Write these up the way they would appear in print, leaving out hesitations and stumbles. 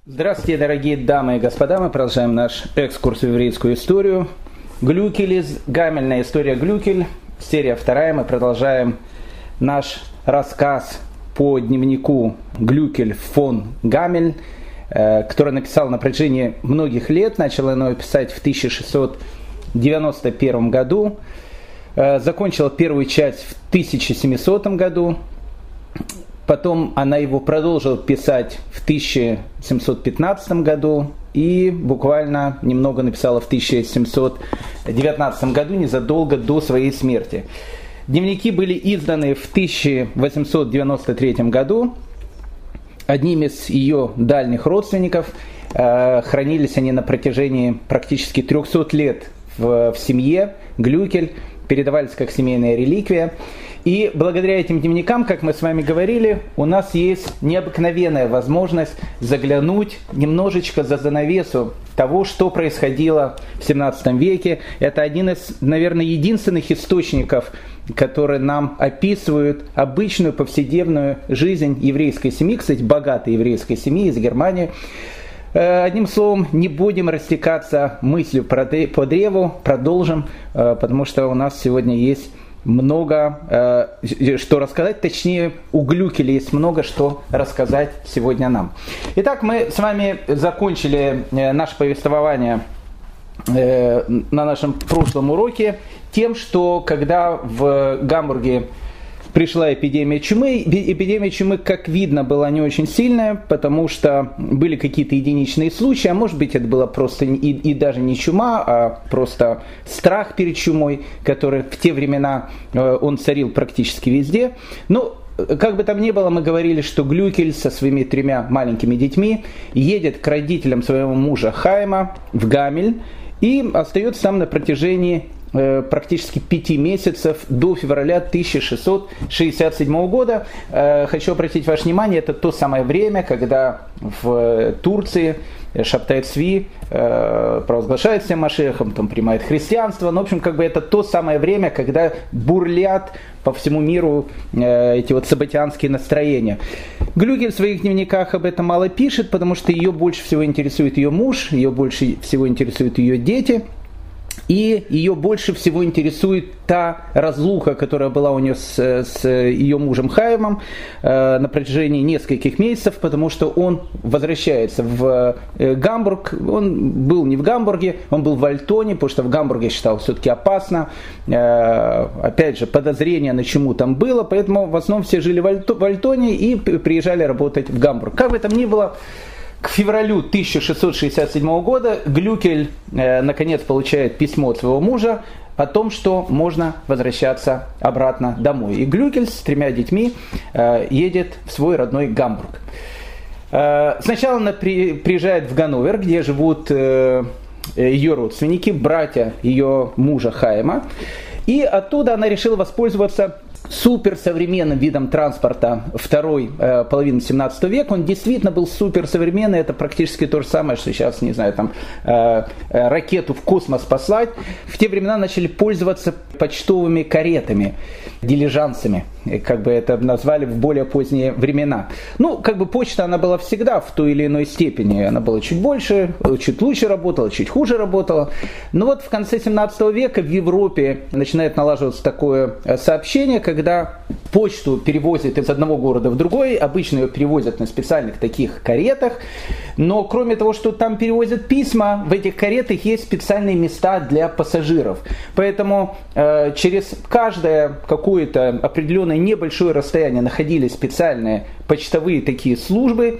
Здравствуйте, дорогие дамы и господа. Мы продолжаем наш экскурс в еврейскую историю. Глюкель, Гамельная история Глюкель, серия 2. Мы продолжаем наш рассказ по дневнику Глюкель фон Гамель, который написал на протяжении многих лет. Начал его писать в 1691 году. Закончил первую часть в 1700 году. Потом она его продолжила писать в 1715 году и буквально немного написала в 1719 году, незадолго до своей смерти. Дневники были изданы в 1893 году одним из ее дальних родственников. Хранились они на протяжении практически 300 лет в семье Глюкель, передавались как семейная реликвия. И благодаря этим дневникам, как мы с вами говорили, у нас есть необыкновенная возможность заглянуть немножечко за занавесу того, что происходило в 17 веке. Это один из, наверное, единственных источников, которые нам описывают обычную повседневную жизнь еврейской семьи, кстати, богатой еврейской семьи из Германии. Одним словом, не будем растекаться мыслью по древу, продолжим, потому что у нас сегодня есть много что рассказать, точнее, у Глюкеля есть много что рассказать сегодня нам. Итак, мы с вами закончили наше повествование на нашем прошлом уроке тем, что когда в Гамбурге пришла эпидемия чумы, как видно, была не очень сильная, потому что были какие-то единичные случаи, а может быть это было просто и даже не чума, а просто страх перед чумой, который в те времена он царил практически везде. Но как бы там ни было, мы говорили, что Глюкель со своими 3 маленькими детьми едет к родителям своего мужа Хайма в Гамель и остается там на протяжении практически 5 месяцев до февраля 1667 года. Хочу обратить ваше внимание, это то самое время, когда в Турции Шабтай Цви провозглашает себя Машиахом, там принимает христианство. Ну, в общем, как бы это то самое время, когда бурлят по всему миру эти вот событианские настроения. Глюкель в своих дневниках об этом мало пишет, потому что ее больше всего интересует ее муж, ее больше всего интересуют ее дети. И ее больше всего интересует та разлука, которая была у нее с ее мужем Хаймом на протяжении нескольких месяцев, потому что он возвращается в Гамбург. Он был не в Гамбурге, он был в Альтоне, потому что в Гамбурге считал все-таки опасно. Опять же, подозрение на чуму там было, поэтому в основном все жили в Альтоне и приезжали работать в Гамбург. Как бы там ни было, к февралю 1667 года Глюкель наконец получает письмо от своего мужа о том, что можно возвращаться обратно домой. И Глюкель с 3 детьми едет в свой родной Гамбург. Сначала она приезжает в Ганновер, где живут ее родственники, братья ее мужа Хайма. И оттуда она решила воспользоваться суперсовременным видом транспорта второй половины 17 века. Он действительно был суперсовременный. Это практически то же самое, что сейчас, не знаю, там ракету в космос послать. В те времена начали пользоваться почтовыми каретами, дилижансами, как бы это назвали в более поздние времена. Ну, как бы почта, она была всегда в той или иной степени. Она была чуть больше, чуть лучше работала, чуть хуже работала. Но вот в конце 17 века в Европе начинает налаживаться такое сообщение, когда почту перевозят из одного города в другой, обычно ее перевозят на специальных таких каретах, но кроме того, что там перевозят письма, в этих каретах есть специальные места для пассажиров. Поэтому через каждое какое-то определенное небольшое расстояние находились специальные почтовые такие службы,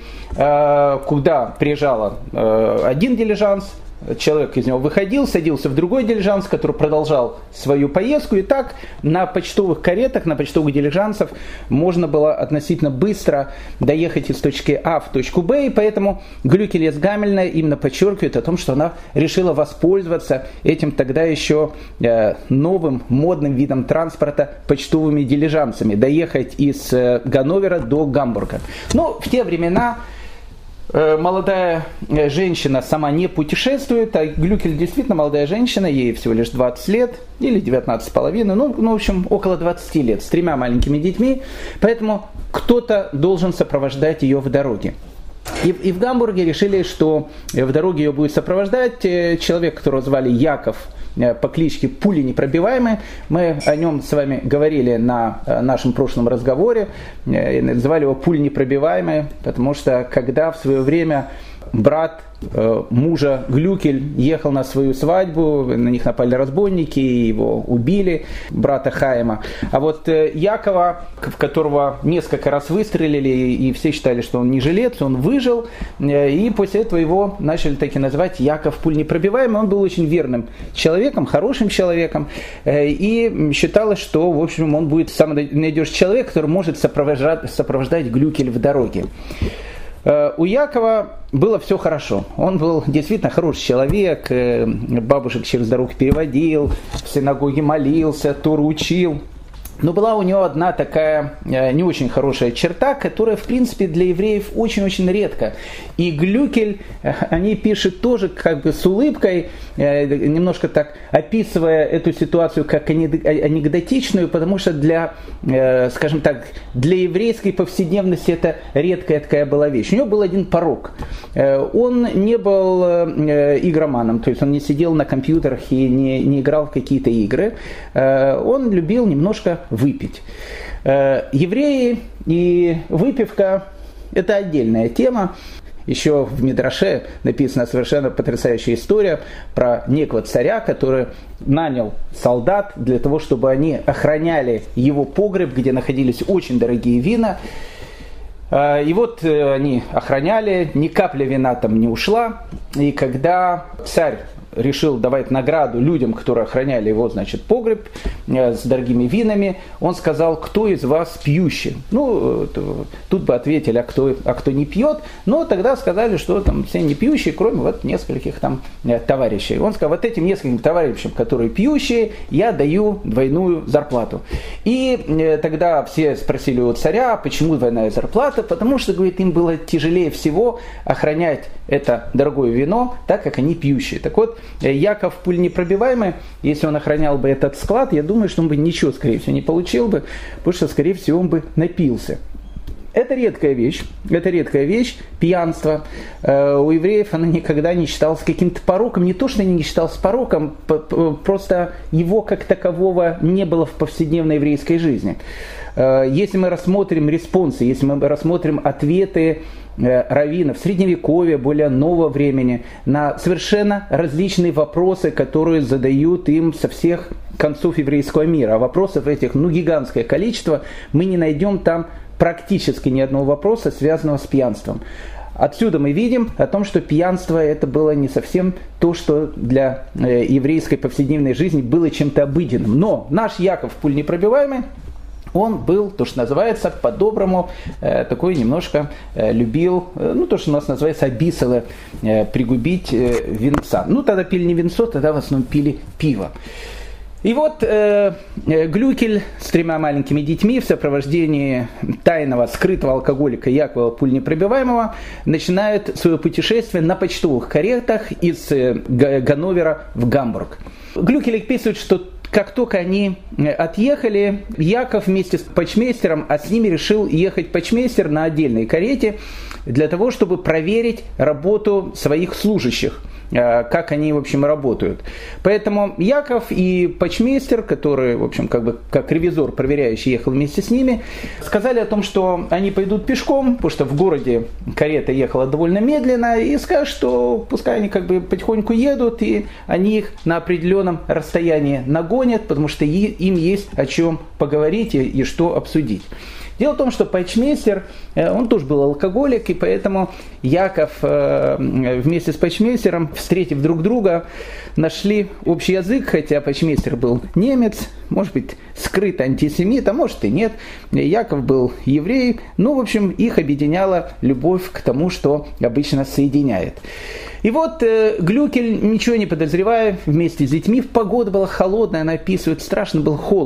куда приезжал один дилижанс, человек из него выходил, садился в другой дилижанс, который продолжал свою поездку. И так на почтовых каретах, на почтовых дилижансах можно было относительно быстро доехать из точки А в точку Б. И поэтому Глюкель из Гамельна именно подчеркивает о том, что она решила воспользоваться этим тогда еще новым модным видом транспорта, почтовыми дилижансами, доехать из Ганновера до Гамбурга. Но в те времена молодая женщина сама не путешествует, а Глюкель действительно молодая женщина, ей всего лишь 20 лет, или 19,5, ну, в общем, около 20 лет, с 3 маленькими детьми, поэтому кто-то должен сопровождать ее в дороге. И в Гамбурге решили, что в дороге ее будет сопровождать человек, которого звали Яков по кличке Пуленепробиваемый. Мы о нем с вами говорили на нашем прошлом разговоре. Называли его Пуленепробиваемый, потому что когда в свое время брат мужа Глюкель ехал на свою свадьбу, на них напали разбойники, его убили, брата Хаима. А вот Якова, в которого несколько раз выстрелили, и все считали, что он не жилец, он выжил, и после этого его начали таки называть Яков Пуленепробиваемый. Он был очень верным человеком, хорошим человеком, и считалось, что, в общем, он будет самый надежный человек, который может сопровождать Глюкель в дороге. У Якова было все хорошо. Он был действительно хороший человек, бабушек через дорогу переводил, в синагоге молился, Тору учил. Но была у него одна такая не очень хорошая черта, которая, в принципе, для евреев очень-очень редко. И Глюкель, они пишут тоже как бы с улыбкой, немножко так описывая эту ситуацию как анекдотичную, потому что для, скажем так, для еврейской повседневности это редкая такая была вещь. У него был один порок. Он не был игроманом, то есть он не сидел на компьютерах и не играл в какие-то игры. Он любил немножко выпить. Евреи и выпивка – это отдельная тема. Еще в Мидраше написана совершенно потрясающая история про некого царя, который нанял солдат для того, чтобы они охраняли его погреб, где находились очень дорогие вина. И вот они охраняли, ни капля вина там не ушла. И когда царь решил давать награду людям, которые охраняли его, значит, погреб с дорогими винами, он сказал: кто из вас пьющий? Ну, тут бы ответили, а кто не пьет, но тогда сказали, что там все не пьющие, кроме вот нескольких там товарищей. Он сказал: вот этим нескольким товарищам, которые пьющие, я даю двойную зарплату. И тогда все спросили у царя, почему двойная зарплата? Потому что, говорит, им было тяжелее всего охранять это дорогое вино, так как они пьющие. Так вот, Яков Пуленепробиваемый, если он охранял бы этот склад, я думаю, что он бы ничего, скорее всего, не получил бы, потому что, скорее всего, он бы напился. Это редкая вещь, пьянство. У евреев оно никогда не считалось каким-то пороком. Не то, что не считалось пороком, просто его как такового не было в повседневной еврейской жизни. Если мы рассмотрим респонсы, если мы рассмотрим ответы раввинов Средневековья, более нового времени, на совершенно различные вопросы, которые задают им со всех концов еврейского мира. А вопросов этих, гигантское количество, мы не найдем там практически ни одного вопроса, связанного с пьянством. Отсюда мы видим о том, что пьянство это было не совсем то, что для еврейской повседневной жизни было чем-то обыденным. Но наш Яков Пуленепробиваемый, он был, то, что называется, по-доброму, такой немножко любил, то, что у нас называется обисало, пригубить винца. Тогда пили не винцо, тогда в основном пили пиво. И вот Глюкель с 3 маленькими детьми в сопровождении тайного, скрытого алкоголика Якова Пуленепробиваемого начинают свое путешествие на почтовых каретах из Ганновера в Гамбург. Глюкель описывает, что как только они отъехали, Яков вместе с почмейстером, а с ними решил ехать почмейстер на отдельной карете для того, чтобы проверить работу своих служащих, как они, в общем, работают. Поэтому Яков и почмейстер, который, в общем, как ревизор проверяющий ехал вместе с ними, сказали о том, что они пойдут пешком, потому что в городе карета ехала довольно медленно, и скажут, что пускай они потихоньку едут, и они их на определенном расстоянии нагонят, потому что им есть о чем поговорить и что обсудить. Дело в том, что почмейстер, он тоже был алкоголик, и поэтому Яков вместе с почмейстером, встретив друг друга, нашли общий язык, хотя почмейстер был немец, может быть, скрыто антисемит, а может и нет. Яков был еврей, в общем, их объединяла любовь к тому, что обычно соединяет. И вот Глюкель, ничего не подозревая, вместе с детьми, погода была холодная, она описывает, страшно был холод.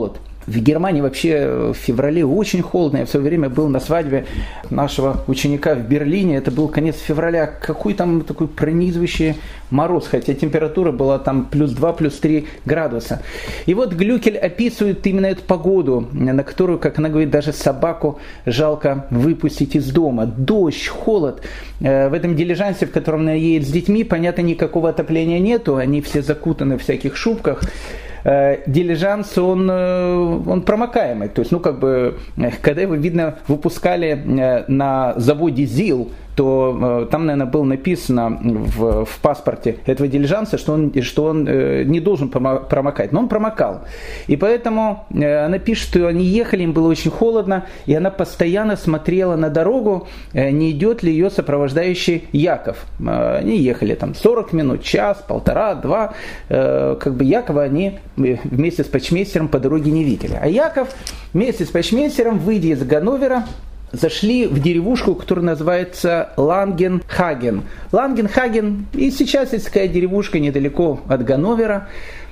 В Германии вообще в феврале очень холодно. Я в свое время был на свадьбе нашего ученика в Берлине. Это был конец февраля. Какой там такой пронизывающий мороз, хотя температура была там +2, +3 градуса. И вот Глюкель описывает именно эту погоду, на которую, как она говорит, даже собаку жалко выпустить из дома. Дождь, холод. В этом дилижансе, в котором она едет с детьми, понятно, никакого отопления нету. Они все закутаны в всяких шубках. Дилижанс, он промокаемый. То есть, когда его, видно, выпускали на заводе ЗИЛ, то там, наверное, было написано в паспорте этого дилижанса, что он не должен промокать. Но он промокал. И поэтому она пишет, что они ехали, им было очень холодно, и она постоянно смотрела на дорогу, не идет ли ее сопровождающий Яков. Они ехали там 40 минут, час, полтора, два. Якова они вместе с почмейстером по дороге не видели. А Яков вместе с почмейстером, выйдя из Ганновера, зашли в деревушку, которая называется Лангенхаген. Лангенхаген, и сейчас есть такая деревушка недалеко от Ганновера.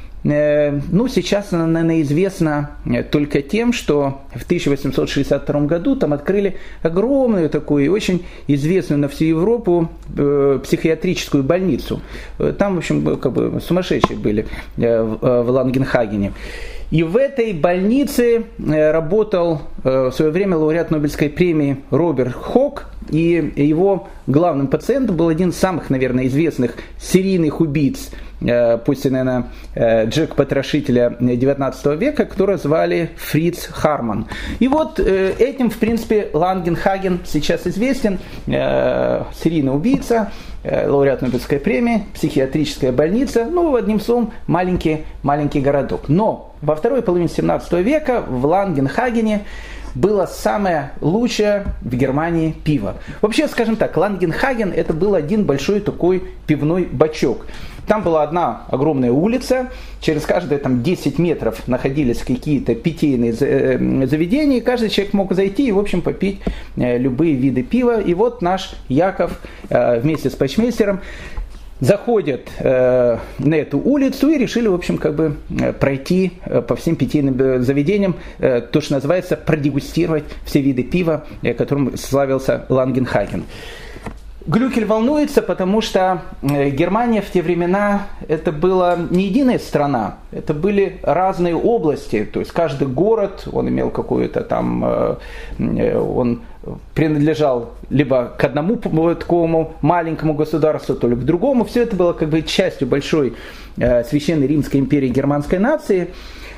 Сейчас она, наверное, известна только тем, что в 1862 году там открыли огромную такую и очень известную на всю Европу психиатрическую больницу. Там, в общем, сумасшедшие были в Лангенхагене. И в этой больнице работал в свое время лауреат Нобелевской премии Роберт Хок, и его главным пациентом был один из самых, наверное, известных серийных убийц, после, наверное, Джек-потрошителя 19 века, которого звали Фриц Харман. И вот этим, в принципе, Лангенхаген сейчас известен, серийный убийца, лауреат Нобелевской премии, психиатрическая больница, одним словом, маленький городок. Но во второй половине 17 века в Лангенхагене было самое лучшее в Германии пиво. Вообще, скажем так, Лангенхаген это был один большой такой пивной бачок. Там была одна огромная улица, через каждые 10 метров находились какие-то питейные заведения, и каждый человек мог зайти и, в общем, попить любые виды пива. И вот наш Яков вместе с почмейстером заходят на эту улицу и решили, в общем, пройти по всем питейным заведениям, то, что называется, продегустировать все виды пива, которым славился Лангенхаген. Глюкель волнуется, потому что Германия в те времена это была не единая страна, это были разные области, то есть каждый город, он имел какую-то там, он принадлежал либо к одному такому маленькому государству, то ли к другому, все это было частью большой священной Римской империи германской нации,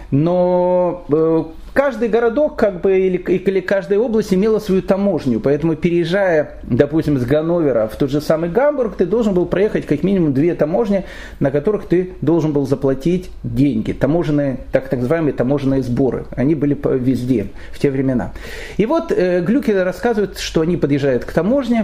но каждый городок или каждая область имела свою таможню, поэтому переезжая, допустим, с Ганновера в тот же самый Гамбург, ты должен был проехать как минимум 2 таможни, на которых ты должен был заплатить деньги, таможенные, так называемые таможенные сборы, они были везде в те времена. И вот Глюкель рассказывает, что они подъезжают к таможне,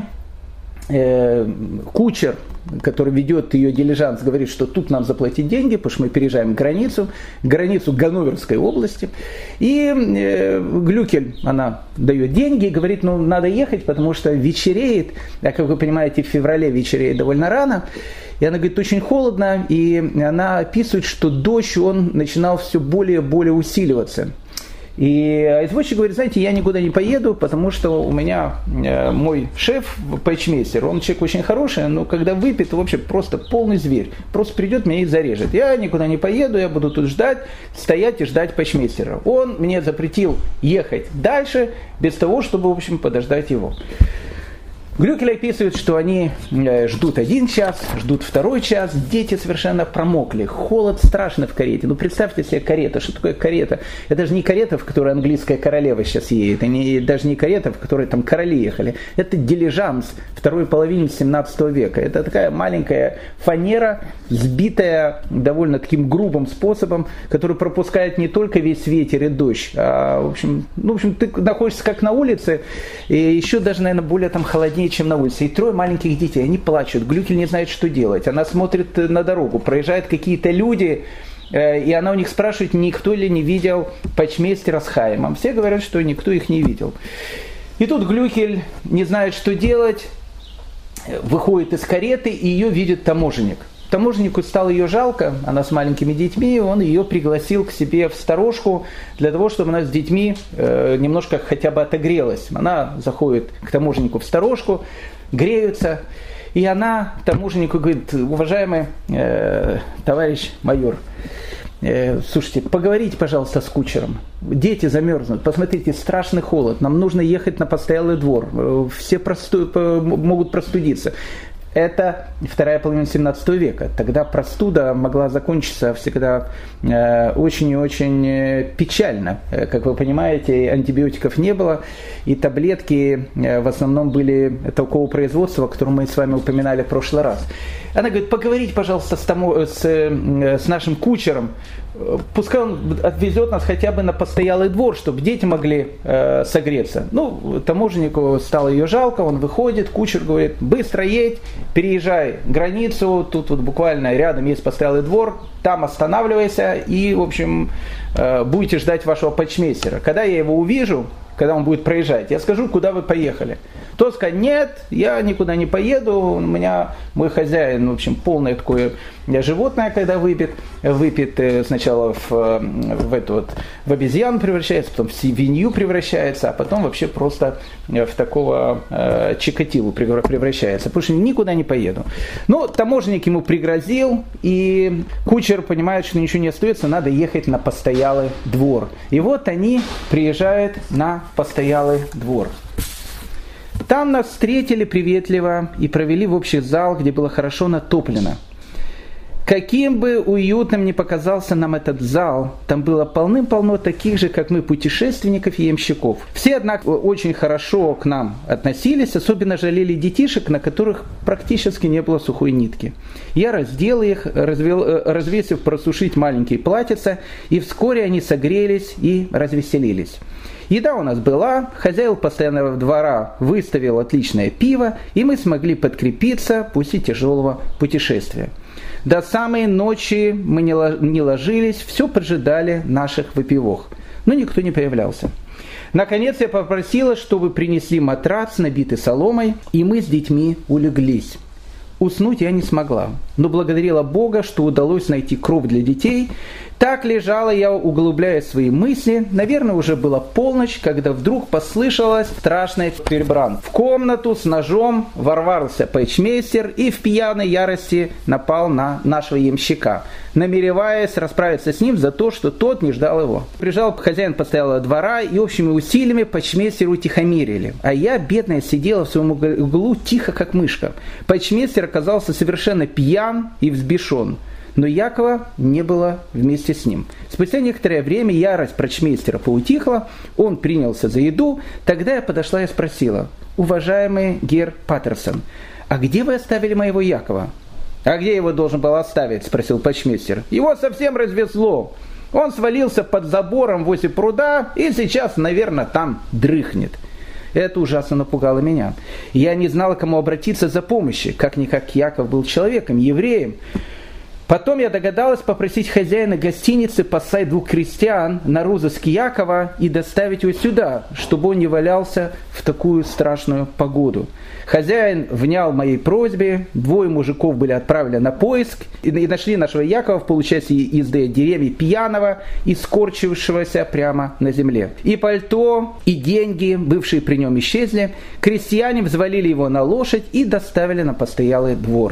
кучер, который ведет ее дилижанс, говорит, что тут нам заплатить деньги, потому что мы переезжаем границу Ганноверской области. И Глюкель, она дает деньги и говорит, надо ехать, потому что вечереет, а как вы понимаете, в феврале вечереет довольно рано. И она говорит, очень холодно, и она описывает, что дождь, он начинал все более и более усиливаться. И извозчик говорит, знаете, я никуда не поеду, потому что у меня мой шеф, почмейстер, он человек очень хороший, но когда выпьет, вообще просто полный зверь. Просто придет, меня и зарежет. Я никуда не поеду, я буду тут стоять и ждать почмейстера. Он мне запретил ехать дальше, без того, чтобы, в общем, подождать его. Глюкель описывает, что они ждут 1 час, ждут 2 час, дети совершенно промокли, холод страшный в карете. Представьте себе карета, что такое карета? Это же не карета, в которой английская королева сейчас едет, и даже не карета, в которой там короли ехали. Это дилижанс второй половины 17 века. Это такая маленькая фанера, сбитая довольно таким грубым способом, который пропускает не только весь ветер и дождь, а в общем, ты находишься как на улице, и еще даже, наверное, более холоднее, чем на улице. И 3 маленьких детей, они плачут. Глюкель не знает, что делать. Она смотрит на дорогу, проезжают какие-то люди, и она у них спрашивает, никто ли не видел почмейстера с Хаимом. Все говорят, что никто их не видел. И тут Глюкель не знает, что делать, выходит из кареты, и ее видит таможенник. таможеннику стало ее жалко, она с маленькими детьми, он ее пригласил к себе в сторожку для того, чтобы она с детьми немножко хотя бы отогрелась. Она заходит к таможеннику в сторожку, греются, и она таможеннику говорит: уважаемый товарищ майор, слушайте, поговорите, пожалуйста, с кучером. Дети замерзнут, посмотрите, страшный холод, нам нужно ехать на постоялый двор, все могут простудиться. Это вторая половина 17 века. Тогда простуда могла закончиться всегда очень и очень печально. Как вы понимаете, антибиотиков не было, и таблетки в основном были такого производства, о котором мы с вами упоминали в прошлый раз. Она говорит: поговорите, пожалуйста, с нашим кучером, пускай он отвезет нас хотя бы на постоялый двор, чтобы дети могли согреться. Ну, таможеннику стало ее жалко, он выходит, кучер говорит: быстро едь, переезжай границу, тут вот буквально рядом есть постоялый двор, там останавливайся и, в общем, будете ждать вашего почмейстера. Когда я его увижу, когда он будет проезжать, я скажу, куда вы поехали. Тот скажет: нет, я никуда не поеду, у меня мой хозяин, в общем, полное такое животное, когда выпит сначала в обезьяну превращается, потом в свинью превращается, а потом вообще просто в такого чикатилу превращается, потому что никуда не поеду. Но таможенник ему пригрозил, и кучер понимает, что ничего не остается, надо ехать на постоялый двор. И вот они приезжают на постоялый двор. Там нас встретили приветливо и провели в общий зал, где было хорошо натоплено. Каким бы уютным ни показался нам этот зал, там было полным-полно таких же, как мы, путешественников и ямщиков. Все, однако, очень хорошо к нам относились, особенно жалели детишек, на которых практически не было сухой нитки. Я раздел их, развесив просушить маленькие платьица, и вскоре они согрелись и развеселились. Еда у нас была, хозяин постоянного двора выставил отличное пиво, и мы смогли подкрепиться после тяжелого путешествия. До самой ночи мы не ложились, все поджидали наших выпивок, но никто не появлялся. Наконец я попросила, чтобы принесли матрац, набитый соломой, и мы с детьми улеглись. Уснуть я не смогла, но благодарила Бога, что удалось найти кров для детей. Так лежала я, углубляя свои мысли. Наверное, уже была полночь, когда вдруг послышалось страшное перебран. В комнату с ножом ворвался почмейстер и в пьяной ярости напал на нашего ямщика, намереваясь расправиться с ним за то, что тот не ждал его. Прижал хозяин постоялого двора, и общими усилиями почмейстера утихомирили. А я, бедная, сидела в своем углу тихо, как мышка. Почмейстер оказался совершенно пьян и взбешен. Но Якова не было вместе с ним. Спустя некоторое время ярость почмейстера поутихла, он принялся за еду. Тогда я подошла и спросила: уважаемый гер Паттерсон, а где вы оставили моего Якова? А где его должен был оставить? Спросил почмейстер. Его совсем развезло. Он свалился под забором возле пруда и сейчас, наверное, там дрыхнет. Это ужасно напугало меня. Я не знала, к кому обратиться за помощью. Как-никак Яков был человеком, евреем. Потом я догадалась попросить хозяина гостиницы послать 2 крестьян на розыск Якова и доставить его сюда, чтобы он не валялся в такую страшную погоду. Хозяин внял моей просьбе, 2 мужиков были отправлены на поиск и нашли нашего Якова в получасе езды от деревни пьяного и скорчившегося прямо на земле. И пальто, и деньги, бывшие при нем, исчезли. Крестьяне взвалили его на лошадь и доставили на постоялый двор.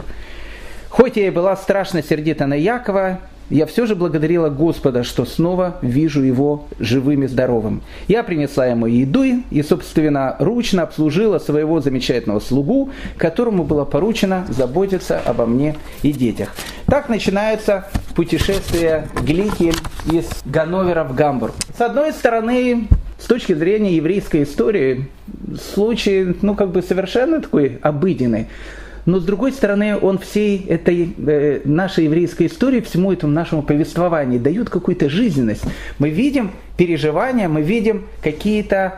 Хоть я и была страшно сердита на Якова, я все же благодарила Господа, что снова вижу его живым и здоровым. Я принесла ему еду и, собственно, ручно обслужила своего замечательного слугу, которому было поручено заботиться обо мне и детях. Так начинается путешествие Глики из Ганновера в Гамбург. С одной стороны, с точки зрения еврейской истории, случай, совершенно такой обыденный. Но, с другой стороны, он всей этой нашей еврейской истории, всему этому нашему повествованию дает какую-то жизненность. Мы видим переживания, мы видим какие-то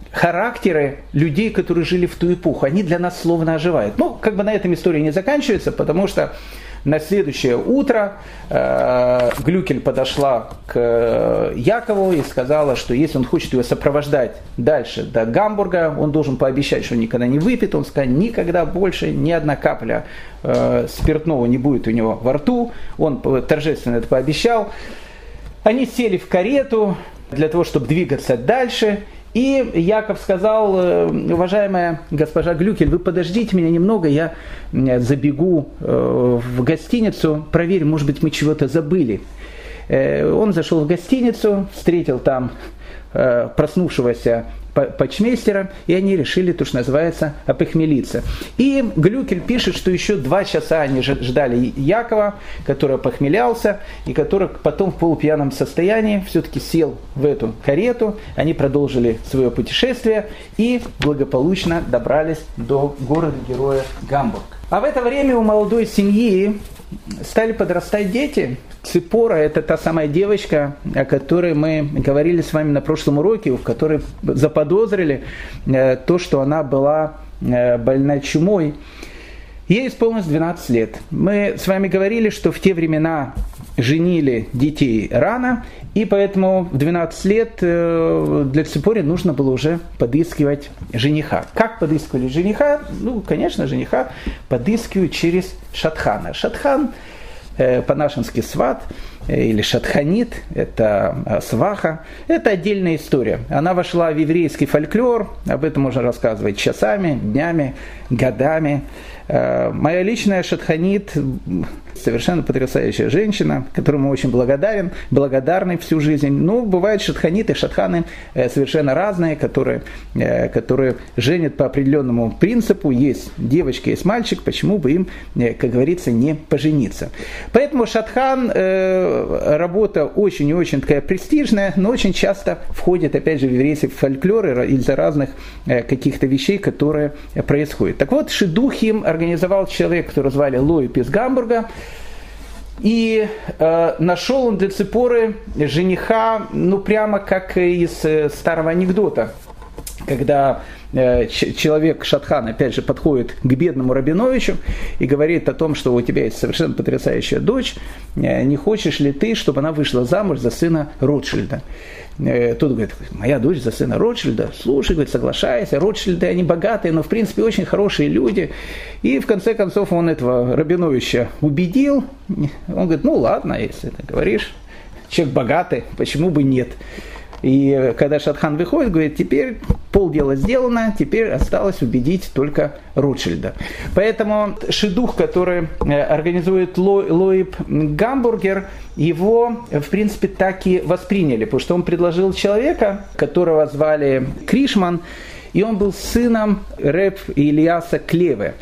характеры людей, которые жили в ту эпоху, они для нас словно оживают. Ну, как бы на этом история не заканчивается, потому что на следующее утро Глюкель подошла к Якову и сказала, что если он хочет ее сопровождать дальше до Гамбурга, он должен пообещать, что он никогда не выпьет. Он сказал, никогда больше ни одна капля спиртного не будет у него во рту. Он торжественно это пообещал. Они сели в карету для того, чтобы двигаться дальше. И Яков сказал, уважаемая госпожа Глюкель, вы подождите меня немного, я забегу в гостиницу, проверю, может быть, мы чего-то забыли. Он зашел в гостиницу, встретил там проснувшегося почмейстера, и они решили, то, что называется, опохмелиться. И Глюкель пишет, что еще 2 часа они ждали Якова, который опохмелялся, и который потом в полупьяном состоянии все-таки сел в эту карету. Они продолжили свое путешествие и благополучно добрались до города-героя Гамбург. А в это время у молодой семьи стали подрастать дети. Ципора – это та самая девочка, о которой мы говорили с вами на прошлом уроке, в которой заподозрили то, что она была больна чумой. Ей исполнилось 12 лет. Мы с вами говорили, что в те времена женили детей рано, и поэтому в 12 лет для Ципори нужно было уже подыскивать жениха. Как подыскивали жениха? Ну, конечно, жениха подыскивают через шатхана. Шатхан по-нашенски сват или шатханит, это сваха, это отдельная история. Она вошла в еврейский фольклор, об этом можно рассказывать часами, днями, годами. Моя личная шатханит, совершенно потрясающая женщина, которой мы очень благодарны всю жизнь. Но бывают шатханиты, шатханы совершенно разные, которые женят по определенному принципу. Есть девочка, есть мальчик, почему бы им, как говорится, не пожениться. Поэтому шатхан работа очень и очень такая престижная, но очень часто входит, опять же, в еврейский фольклор из-за разных каких-то вещей, которые происходят. Так вот, шидухим организовал человек, которого звали Лоип из Гамбурга, и нашел он для Ципоры жениха, ну прямо как из старого анекдота, когда человек, шатхан, опять же, подходит к бедному Рабиновичу и говорит о том, что у тебя есть совершенно потрясающая дочь, не хочешь ли ты, чтобы она вышла замуж за сына Ротшильда? Тот говорит, моя дочь за сына Ротшильда? Слушай, говорит, соглашайся, Ротшильды, они богатые, но в принципе очень хорошие люди. И в конце концов он этого Рабиновича убедил. Он говорит, ну ладно, если ты говоришь, человек богатый, почему бы нет? И когда шатхан выходит, говорит, теперь полдела сделано, теперь осталось убедить только Ротшильда. Поэтому шидух, который организует Лоип Гамбургер, его, в принципе, так и восприняли, потому что он предложил человека, которого звали Кришман, и он был сыном Реб Ильяса Клеве.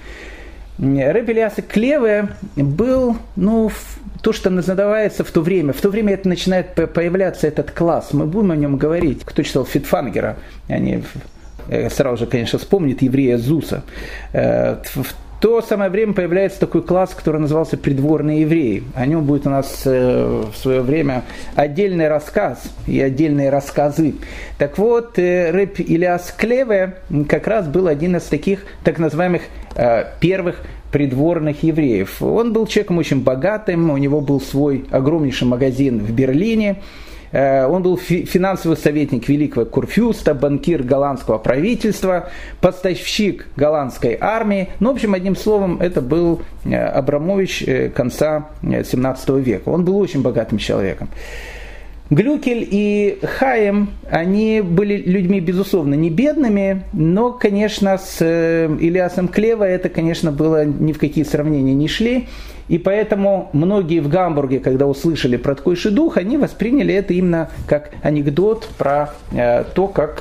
Реб Ильяса Клеве был, то, что называется в то время это начинает появляться этот класс. Мы будем о нем говорить. Кто читал Фитфангера, они сразу же, конечно, вспомнят еврея Зуса. В то самое время появляется такой класс, который назывался придворные евреи. О нем будет у нас в свое время отдельный рассказ и отдельные рассказы. Так вот, Реб Ильяс Клеве как раз был один из таких так называемых первых придворных евреев. Он был человеком очень богатым, у него был свой огромнейший магазин в Берлине. Он был финансовый советник великого Курфюрста, банкир голландского правительства, поставщик голландской армии. В общем, одним словом, это был Абрамович конца 17 века. Он был очень богатым человеком. Глюкель и Хаим, они были людьми, безусловно, не бедными, но, конечно, с Ильясом Клево это, конечно, было ни в какие сравнения не шли. И поэтому многие в Гамбурге, когда услышали про такой шидух, они восприняли это именно как анекдот про то, как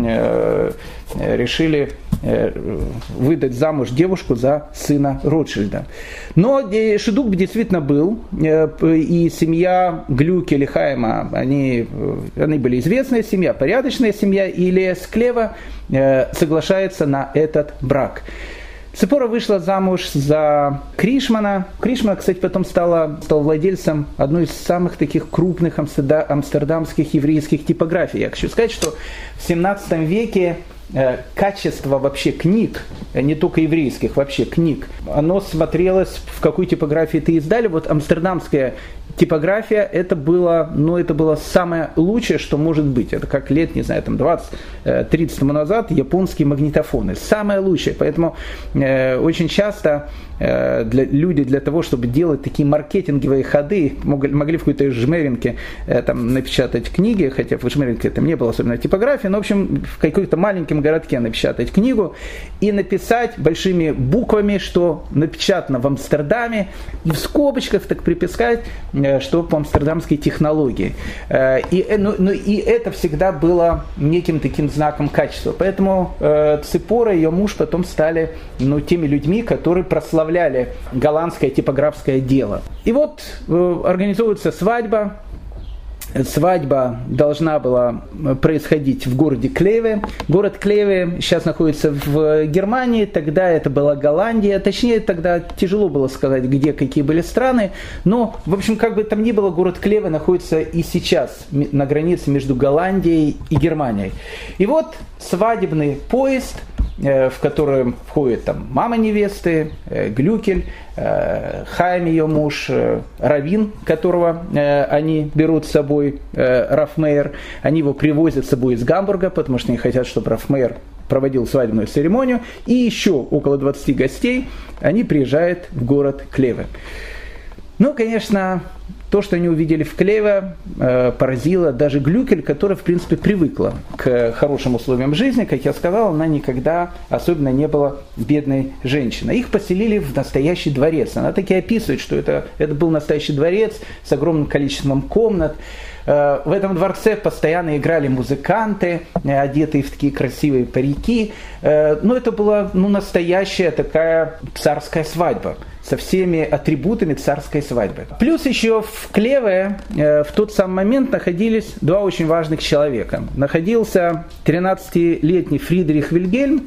решили выдать замуж девушку за сына Ротшильда. Но шидух действительно был, и семья Глюкеля и Хайма, они были известная семья, порядочная семья, и Ильяс Клево соглашается на этот брак. Ципора вышла замуж за Кришмана. Кришман, кстати, потом стал владельцем одной из самых таких крупных амстердамских еврейских типографий. Я хочу сказать, что в 17 веке качество вообще книг, не только еврейских, вообще книг, оно смотрелось, в какой типографии ты издали. Вот амстердамская типография, это было самое лучшее, что может быть. Это как лет, не знаю, там 20-30 тому назад японские магнитофоны. Самое лучшее. Поэтому очень часто люди для того, чтобы делать такие маркетинговые ходы, могли в какой-то жмеринке там напечатать книги, хотя в жмеринке там не было особенно типографии, но в общем в каком-то маленьком городке напечатать книгу и написать большими буквами, что напечатано в Амстердаме, и в скобочках так приписать, что по амстердамской технологии. И это всегда было неким таким знаком качества. Поэтому Ципора и ее муж потом стали теми людьми, которые прославляли голландское типографское дело. И вот организуется свадьба. Свадьба должна была происходить в городе Клеве. Город Клеве сейчас находится в Германии, тогда это была Голландия. Точнее, тогда тяжело было сказать, где какие были страны. Но, в общем, как бы там ни было, город Клеве находится и сейчас на границе между Голландией и Германией. И вот свадебный поезд, в котором входит там мама невесты, Глюкель, Хайм, ее муж, раввин, которого они берут с собой, Раф Мейер. Они его привозят с собой из Гамбурга, потому что они хотят, чтобы Раф Мейер проводил свадебную церемонию. И еще около 20 гостей они приезжают в город Клеве. Ну, конечно, то, что они увидели в Клеве, поразило даже Глюкель, которая, в принципе, привыкла к хорошим условиям жизни. Как я сказал, она никогда особенно не была бедной женщиной. Их поселили в настоящий дворец. Она таки описывает, что это был настоящий дворец с огромным количеством комнат. В этом дворце постоянно играли музыканты, одетые в такие красивые парики. Но это была настоящая такая царская свадьба со всеми атрибутами царской свадьбы. Плюс еще в Клеве в тот самый момент находились два очень важных человека. Находился 13-летний Фридрих Вильгельм,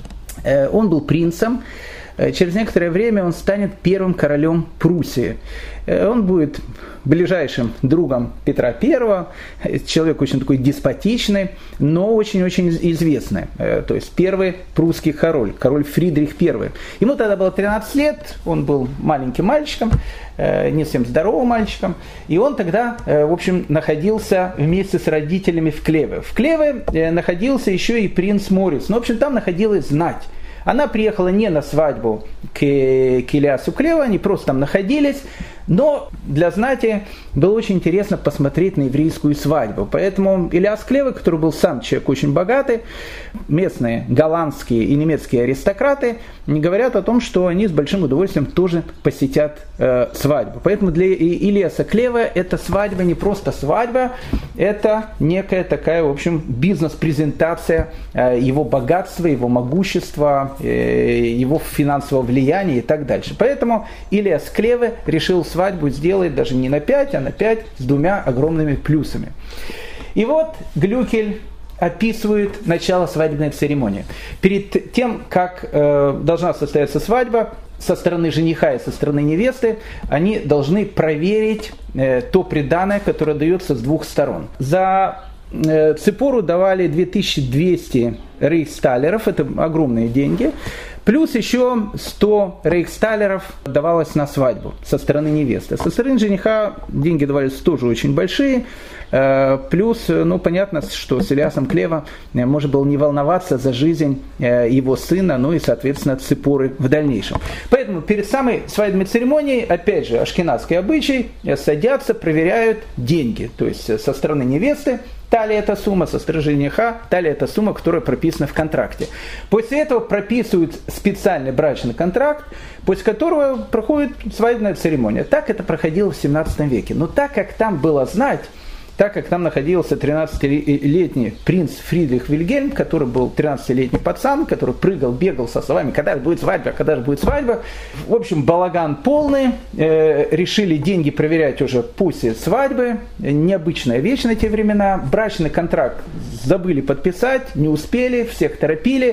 он был принцем. Через некоторое время он станет первым королем Пруссии. Он будет ближайшим другом Петра I, человек очень такой деспотичный, но очень-очень известный. То есть первый прусский король Фридрих I. Ему тогда было 13 лет, он был маленьким мальчиком, не совсем здоровым мальчиком, и он тогда, в общем, находился вместе с родителями в Клеве. В Клеве находился еще и принц Морис, но, в общем, там находилась знать. Она приехала не на свадьбу к Ильясу Клеве, они просто там находились, но для знати было очень интересно посмотреть на еврейскую свадьбу. Поэтому Ильяс Клеве, который был сам человек очень богатый, местные голландские и немецкие аристократы не говорят о том, что они с большим удовольствием тоже посетят свадьбу. Поэтому для Ильяса Клеве эта свадьба не просто свадьба, это некая такая, в общем, бизнес-презентация его богатства, его могущества, его финансового влияния и так дальше. Поэтому Ильяс Клеве решил свадьбу сделать даже не на 5, а на 5 с 2 огромными плюсами. И вот Глюкель описывает начало свадебной церемонии. Перед тем, как должна состояться свадьба, со стороны жениха и со стороны невесты, они должны проверить то приданое, которое дается с двух сторон. За Ципору давали 2200 рейхсталеров, это огромные деньги, плюс еще 100 рейхсталеров давалось на свадьбу со стороны невесты. Со стороны жениха деньги давались тоже очень большие, плюс, понятно, что с Ильясом Клеве можно было не волноваться за жизнь его сына, и, соответственно, Ципоры в дальнейшем. Поэтому перед самой свадебной церемонией, опять же, ашкеназский обычай, садятся, проверяют деньги, то есть со стороны невесты, талия эта сумма, со стороны жениха, талия эта сумма, которая прописана в контракте. После этого прописывают специальный брачный контракт, после которого проходит свадебная церемония. Так это проходило в 17 веке. Но так как там было знать, так как там находился 13-летний принц Фридрих Вильгельм, который был 13-летний пацан, который прыгал, бегал со словами, когда же будет свадьба, когда же будет свадьба. В общем, балаган полный. Решили деньги проверять уже после свадьбы. Необычная вещь на те времена. Брачный контракт забыли подписать, не успели, всех торопили.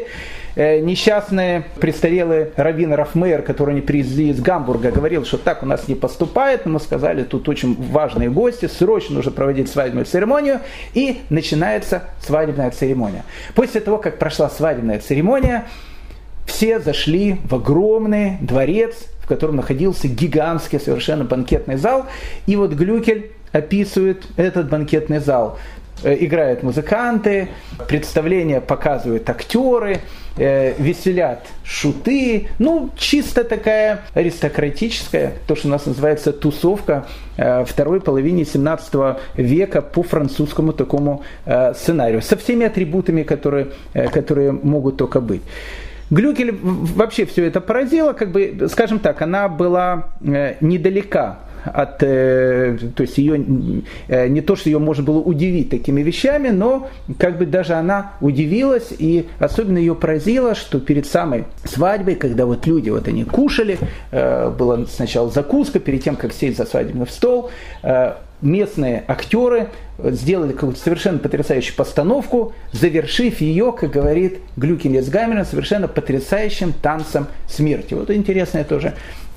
несчастный престарелый раввин Рафмейер, который они привезли из Гамбурга, говорил, что так у нас не поступает, но мы сказали, тут очень важные гости, срочно нужно проводить свадебную церемонию, и начинается свадебная церемония. После того, как прошла свадебная церемония, все зашли в огромный дворец, в котором находился гигантский совершенно банкетный зал, и вот Глюкель описывает этот банкетный зал. Играют музыканты, представления показывают актеры, веселят шуты. Чисто такая аристократическая, то, что у нас называется тусовка второй половины 17 века по французскому такому сценарию. Со всеми атрибутами, которые могут только быть. Глюкель вообще все это поразило, скажем так, она была недалека то есть ее, не то, что ее можно было удивить такими вещами, но даже она удивилась, и особенно ее поразило, что перед самой свадьбой, когда люди они кушали, была сначала закуска, перед тем, как сесть за свадебный стол, местные актеры сделали какую-то совершенно потрясающую постановку, завершив ее, как говорит Глюкель-Лесгаммер, совершенно потрясающим танцем смерти. Вот интересные тоже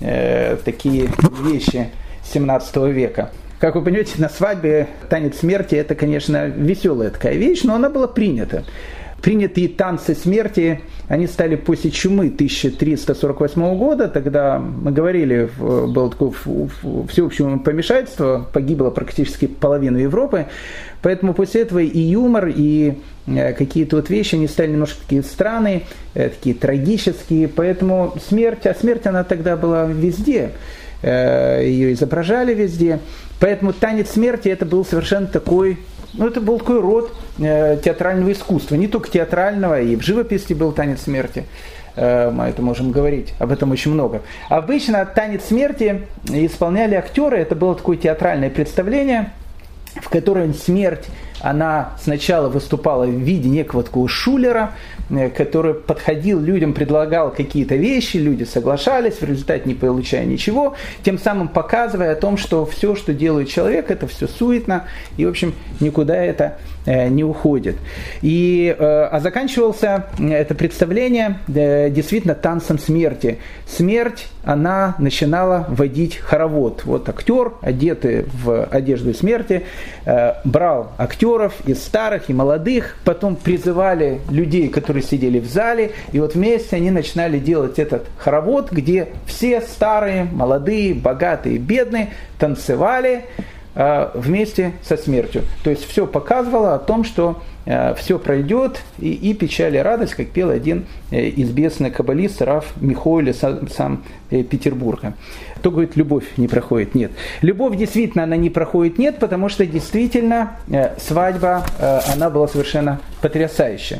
такие вещи 17 века. Как вы понимаете, на свадьбе танец смерти – это, конечно, веселая такая вещь, но она была принята. Принятые танцы смерти, они стали после чумы 1348 года, тогда, мы говорили, было такое всеобщее помешательство, погибла практически половина Европы, поэтому после этого и юмор, и какие-то вещи, они стали немножко такие странные, такие трагические, поэтому смерть она тогда была везде, ее изображали везде, поэтому танец смерти это был совершенно такой, это был такой род театрального искусства, не только театрального, и в живописи был танец смерти, мы это можем говорить, об этом очень много. Обычно танец смерти исполняли актеры, это было такое театральное представление, в котором смерть, она сначала выступала в виде некого такого шулера, который подходил людям, предлагал какие-то вещи, люди соглашались, в результате не получая ничего, тем самым показывая о том, что все, что делает человек, это все суетно, и, в общем, никуда это не уходит. А заканчивался это представление действительно танцем смерти. Смерть, она начинала водить хоровод. Вот актер, одетый в одежду смерти, брал актеров и старых, и молодых, потом призывали людей, которые сидели в зале, и вот вместе они начинали делать этот хоровод, где все старые, молодые, богатые, бедные танцевали вместе со смертью. То есть все показывало о том, что все пройдет, и печаль и радость, как пел один известный каббалист Рав Михоэль из Санкт-Петербурга. Кто говорит, любовь не проходит? Нет. Любовь действительно она не проходит, нет, потому что действительно свадьба, она была совершенно потрясающая.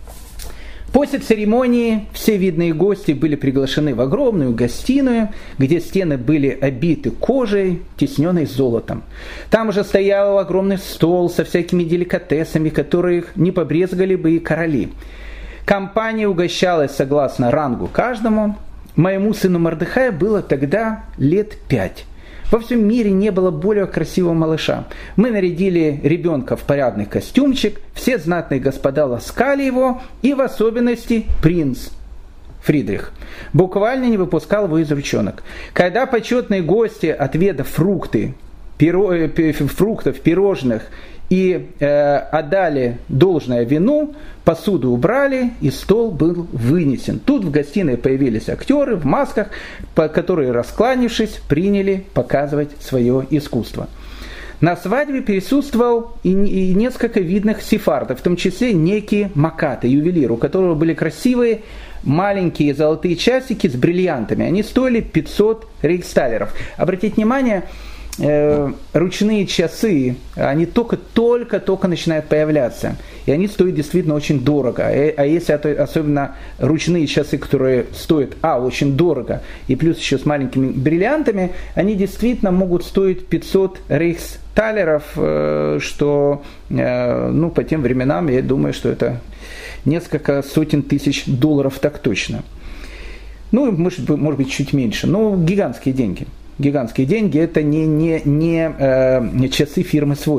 После церемонии все видные гости были приглашены в огромную гостиную, где стены были обиты кожей, тисненной золотом. Там уже стоял огромный стол со всякими деликатесами, которых не побрезгали бы и короли. Компания угощалась согласно рангу каждому. Моему сыну Мордехаю было тогда лет 5. Во всем мире не было более красивого малыша. Мы нарядили ребенка в парадный костюмчик, все знатные господа ласкали его, и в особенности принц Фридрих буквально не выпускал его из ручонок. Когда почетные гости, отведав фруктов, пирожных и отдали должное вину, посуду убрали, и стол был вынесен. Тут в гостиной появились актеры в масках, которые, раскланившись, приняли показывать свое искусство. На свадьбе присутствовал и несколько видных сефардов, в том числе некий Маката, ювелир, у которого были красивые маленькие золотые часики с бриллиантами. Они стоили 500 рейхсталеров. Обратите внимание, ручные часы, они только начинают появляться. И они стоят действительно очень дорого. А если особенно ручные часы, которые стоят, очень дорого, и плюс еще с маленькими бриллиантами, они действительно могут стоить 500 рейхсталеров, что по тем временам, я думаю, что это несколько сотен тысяч долларов так точно. Может быть, чуть меньше, но гигантские деньги. Гигантские деньги, это не часы фирмы Swatch.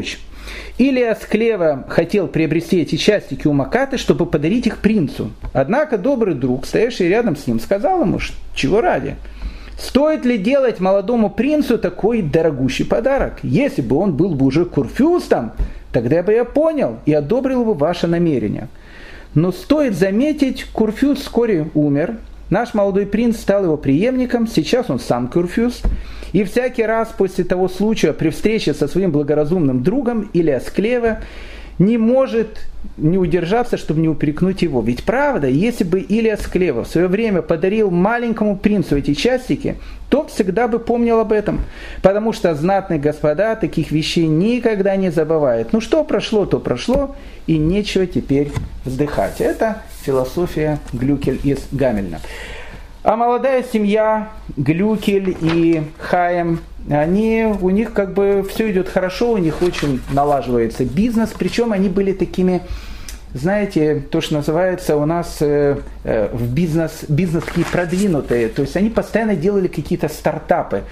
Илиас Клева хотел приобрести эти часики у Макаты, чтобы подарить их принцу. Однако добрый друг, стоявший рядом с ним, сказал ему, чего ради. Стоит ли делать молодому принцу такой дорогущий подарок? Если бы он был бы уже курфюрстом, тогда бы я понял и одобрил бы ваше намерение. Но стоит заметить, курфюрст вскоре умер. Наш молодой принц стал его преемником, сейчас он сам курфюрст. И всякий раз после того случая при встрече со своим благоразумным другом Илиас Клева не может не удержаться, чтобы не упрекнуть его. Ведь правда, если бы Илиас Клева в свое время подарил маленькому принцу эти часики, то всегда бы помнил об этом. Потому что знатные господа таких вещей никогда не забывают. Ну что прошло, то прошло, и нечего теперь вздыхать. Это философия Глюкель из Гамельна. А молодая семья Глюкель и Хаим, у них как бы все идет хорошо, у них очень налаживается бизнес, причем они были такими, знаете, то, что называется у нас в бизнес такие продвинутые, то есть они постоянно делали какие-то стартапы.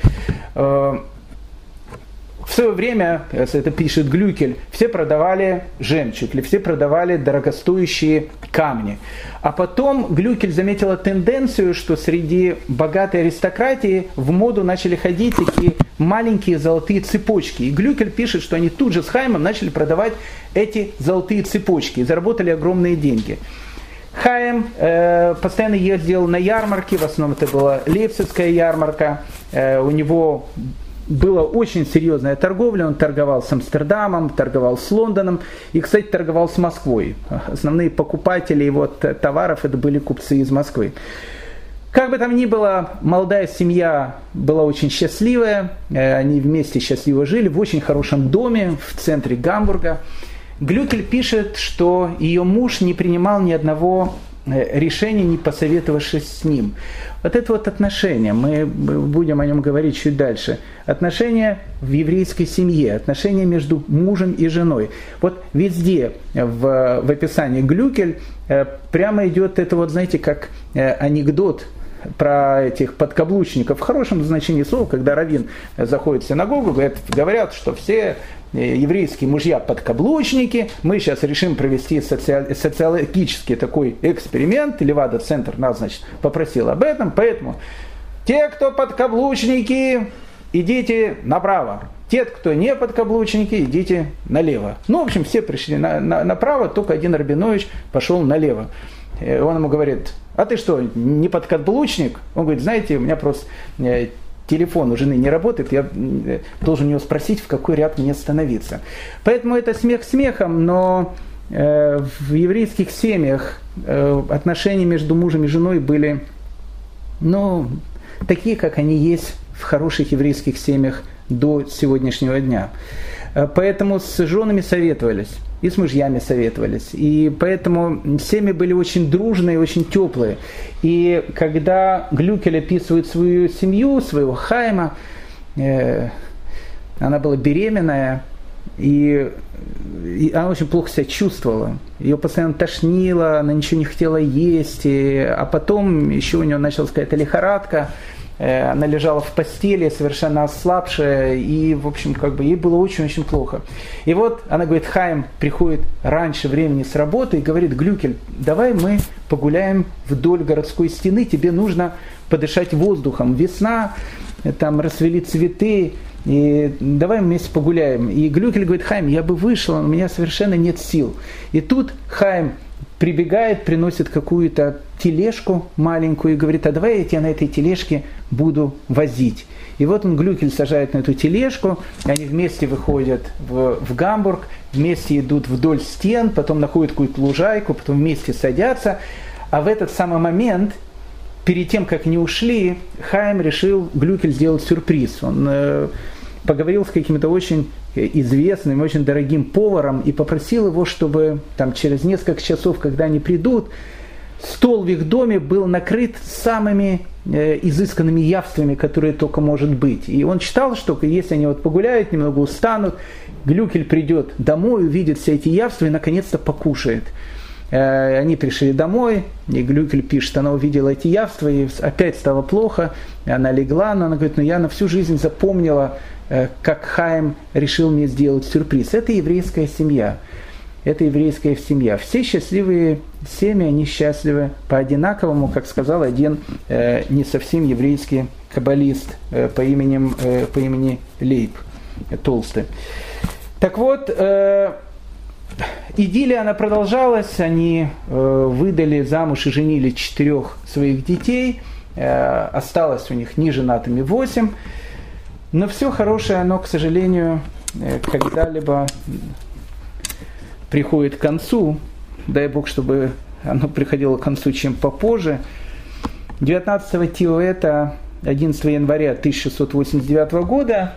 В свое время, это пишет Глюкель, все продавали жемчуг, или все продавали дорогостоящие камни. А потом Глюкель заметила тенденцию, что среди богатой аристократии в моду начали ходить такие маленькие золотые цепочки. И Глюкель пишет, что они тут же с Хаймом начали продавать эти золотые цепочки и заработали огромные деньги. Хаим постоянно ездил на ярмарки, в основном это была Лейпцигская ярмарка, у него была очень серьезная торговля, он торговал с Амстердамом, торговал с Лондоном и, кстати, торговал с Москвой. Основные покупатели его товаров это были купцы из Москвы. Как бы там ни было, молодая семья была очень счастливая, они вместе счастливо жили в очень хорошем доме в центре Гамбурга. Глюкель пишет, что ее муж не принимал ни одного решения, не посоветовавшись с ним. Вот это вот отношения, мы будем о нем говорить чуть дальше. Отношения в еврейской семье, отношения между мужем и женой. Вот везде в описании Глюкель прямо идет это вот, знаете, как анекдот про этих подкаблучников в хорошем значении слова, когда раввин заходит в синагогу, говорят, что все еврейские мужья подкаблучники, мы сейчас решим провести социологический такой эксперимент, Левада-центр нас, значит, попросил об этом, поэтому те, кто подкаблучники, идите направо, те, кто не подкаблучники, идите налево. Ну, в общем, все пришли направо, только один Рабинович пошел налево. Он ему говорит: а ты что, не подкаблучник? Он говорит: знаете, у меня просто телефон у жены не работает, я должен у нее спросить, в какой ряд мне становиться. Поэтому это смех смехом, но в еврейских семьях отношения между мужем и женой были, такие, как они есть в хороших еврейских семьях до сегодняшнего дня. Поэтому с женами советовались, и с мужьями советовались. И поэтому семьи были очень дружные, очень теплые. И когда Глюкель описывает свою семью, своего Хайма, она была беременная, и она очень плохо себя чувствовала. Ее постоянно тошнило, она ничего не хотела есть. А потом еще у нее началась какая-то лихорадка. Она лежала в постели, совершенно ослабшая, и, в общем, ей было очень-очень плохо. И вот она говорит, Хайм приходит раньше времени с работы и говорит: Глюкель, давай мы погуляем вдоль городской стены, тебе нужно подышать воздухом. Весна, там расцвели цветы, и давай мы вместе погуляем. И Глюкель говорит: Хайм, я бы вышел, но у меня совершенно нет сил. И тут Хайм прибегает, приносит какую-то тележку маленькую и говорит: а давай я тебя на этой тележке буду возить. И вот он, Глюкель, сажает на эту тележку, они вместе выходят в Гамбург, вместе идут вдоль стен, потом находят какую-то лужайку, потом вместе садятся. А в этот самый момент, перед тем, как они ушли, Хайм решил Глюкель сделать сюрприз. Он поговорил с каким-то очень известным, очень дорогим поваром и попросил его, чтобы через несколько часов, когда они придут, стол в их доме был накрыт самыми изысканными явствами, которые только может быть. И он считал, что если они погуляют, немного устанут, Глюкель придет домой, увидит все эти явства и наконец-то покушает. Они пришли домой, и Глюкель пишет, она увидела эти явства, и опять стало плохо, она легла, но она говорит, я на всю жизнь запомнила, как Хаим решил мне сделать сюрприз. Это еврейская семья. Это еврейская семья. Все счастливые семьи, они счастливы по-одинаковому, как сказал один не совсем еврейский каббалист по имени Лейб Толстый. Так вот, идиллия, она продолжалась, они выдали замуж и женили 4 своих детей, осталось у них неженатыми 8, но все хорошее, оно, к сожалению, когда-либо приходит к концу, дай Бог, чтобы оно приходило к концу чем попозже. 19 Тивета, 11 января 1689 года,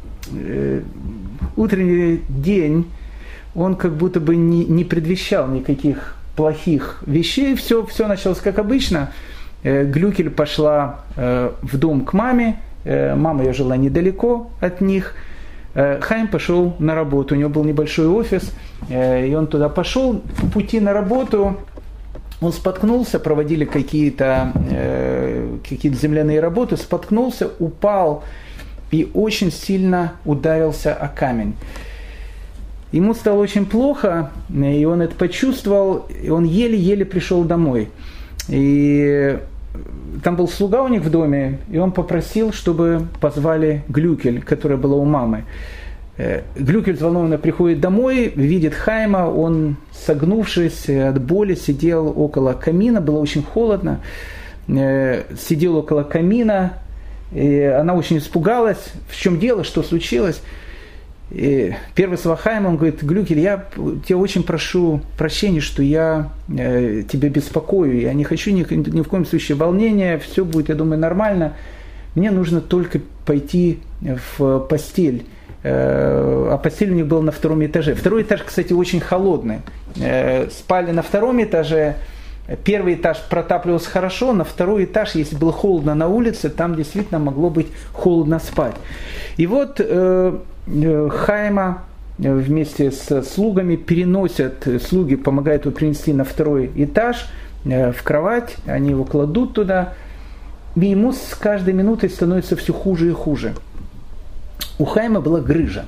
утренний день, он как будто бы не предвещал никаких плохих вещей, все началось как обычно. Глюкель пошла в дом к маме, мама ее жила недалеко от них. Хаим пошел на работу, у него был небольшой офис, и он туда пошел. По пути на работу он споткнулся, проводили какие-то земляные работы, споткнулся, упал и очень сильно ударился о камень. Ему стало очень плохо, и он это почувствовал, и он еле-еле пришел домой. И там был слуга у них в доме, и он попросил, чтобы позвали Глюкель, которая была у мамы. Глюкель взволнованно приходит домой, видит Хаима, он, согнувшись от боли, сидел около камина, было очень холодно, сидел около камина, и она очень испугалась, в чем дело, что случилось. И первый слова Хаима, он говорит, Глюкель, я тебя очень прошу прощения, что я тебя беспокою, я не хочу ни в коем случае волнения, все будет, я думаю, нормально, мне нужно только пойти в постель. А постель у них была на 2 этаже. 2 этаж, кстати, очень холодный. Спали на 2 этаже, 1 этаж протапливался хорошо, на 2 этаж, если было холодно на улице, там действительно могло быть холодно спать. И вот Хаима вместе с слугами переносят, слуги помогают его принести на 2 этаж, в кровать, они его кладут туда, и ему с каждой минутой становится все хуже и хуже. У Хаима была грыжа.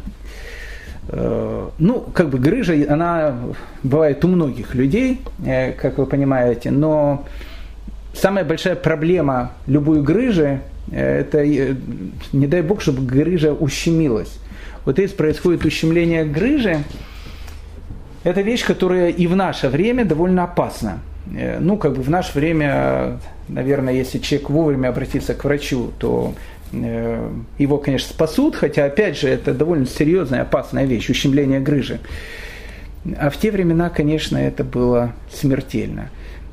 Грыжа, она бывает у многих людей, как вы понимаете, но самая большая проблема любой грыжи, это, не дай Бог, чтобы грыжа ущемилась. Вот если происходит ущемление грыжи, это вещь, которая и в наше время довольно опасна. В наше время, наверное, если человек вовремя обратится к врачу, то его, конечно, спасут, хотя, опять же, это довольно серьезная, опасная вещь, ущемление грыжи. А в те времена, конечно, это было смертельно.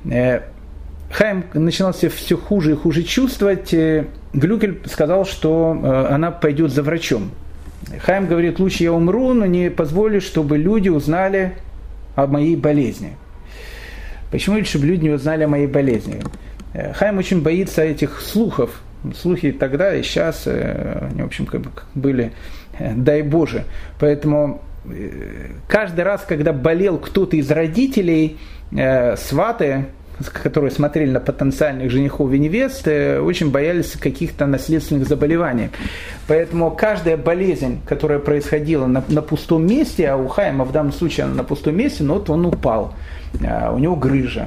Хаим начинал себя все хуже и хуже чувствовать. Глюкель сказал, что она пойдет за врачом. Хаим говорит, лучше я умру, но не позволю, чтобы люди узнали о моей болезни. Почему, чтобы люди не узнали о моей болезни? Хаим очень боится этих слухов. Слухи тогда и сейчас, они, в общем, как были, дай Боже. Поэтому каждый раз, когда болел кто-то из родителей, сваты, которые смотрели на потенциальных женихов и невест, очень боялись каких-то наследственных заболеваний. Поэтому каждая болезнь, которая происходила на пустом месте, а у Хаима в данном случае она на пустом месте, но вот он упал, у него грыжа.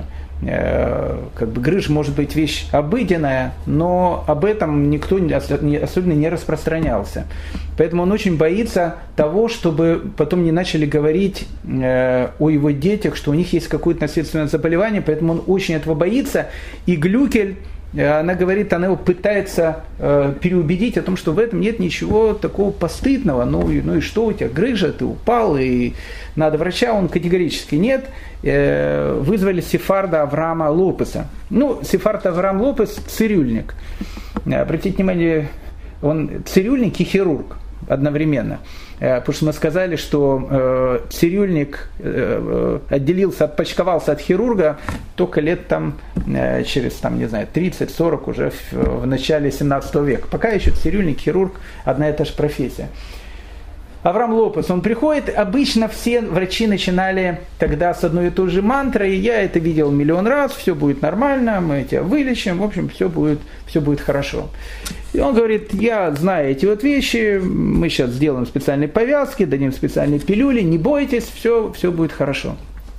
Грыжа может быть вещь обыденная, но об этом никто особенно не распространялся. Поэтому он очень боится того, чтобы потом не начали говорить о его детях, что у них есть какое-то наследственное заболевание, поэтому он очень этого боится. И Глюкель, она говорит, она его пытается переубедить о том, что в этом нет ничего такого постыдного. Ну и что у тебя, грыжа, ты упал, и надо врача. Он категорически нет. Вызвали сефарда Авраама Лопеса. Сефард Авраам Лопес – цирюльник. Обратите внимание, он цирюльник и хирург одновременно. Потому что мы сказали, что цирюльник отпочковался от хирурга только лет через 30-40, уже в начале 17 века. Пока еще цирюльник, хирург – одна и та же профессия. Авраам Лопес, он приходит, обычно все врачи начинали тогда с одной и той же мантры, и я это видел миллион раз, все будет нормально, мы тебя вылечим, в общем, все будет хорошо. И он говорит, я знаю эти вот вещи, мы сейчас сделаем специальные повязки, дадим специальные пилюли, не бойтесь, все будет хорошо.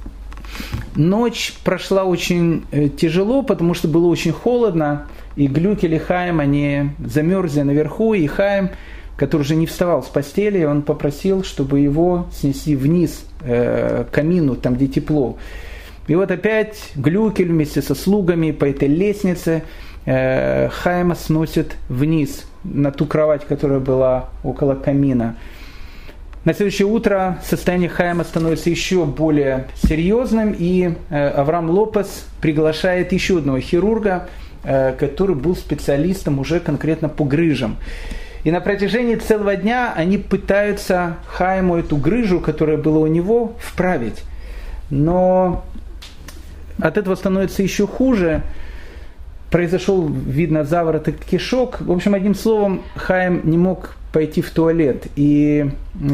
Ночь прошла очень тяжело, потому что было очень холодно, и Глюкель и Хаим, они замерзли наверху, и Хаим, который уже не вставал с постели, он попросил, чтобы его снесли вниз к камину, там, где тепло. И вот опять Глюкель вместе со слугами по этой лестнице Хаима сносит вниз на ту кровать, которая была около камина. На следующее утро состояние Хаима становится еще более серьезным, и Авраам Лопес приглашает еще одного хирурга, который был специалистом уже конкретно по грыжам. И на протяжении целого дня они пытаются Хаиму эту грыжу, которая была у него, вправить. Но от этого становится еще хуже. Произошел, видно, заворот кишок. В общем, одним словом, Хаим не мог пойти в туалет. И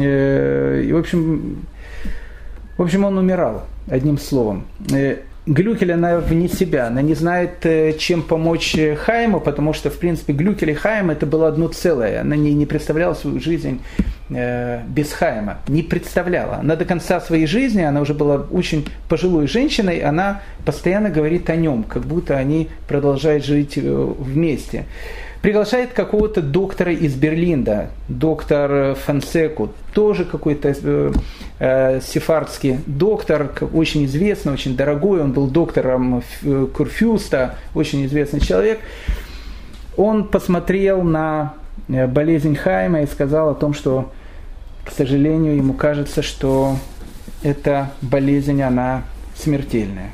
в общем, он умирал, одним словом. Глюкель, она вне себя, она не знает, чем помочь Хаиму, потому что, в принципе, Глюкель и Хаим это было одно целое. Она не представляла свою жизнь без Хаима, не представляла. Она до конца своей жизни, она уже была очень пожилой женщиной, она постоянно говорит о нем, как будто они продолжают жить вместе. Приглашает какого-то доктора из Берлина, доктор Фонсеку, тоже какой-то сефардский доктор, очень известный, очень дорогой, он был доктором Курфюрста, очень известный человек. Он посмотрел на болезнь Хаима и сказал о том, что, к сожалению, ему кажется, что эта болезнь, она смертельная.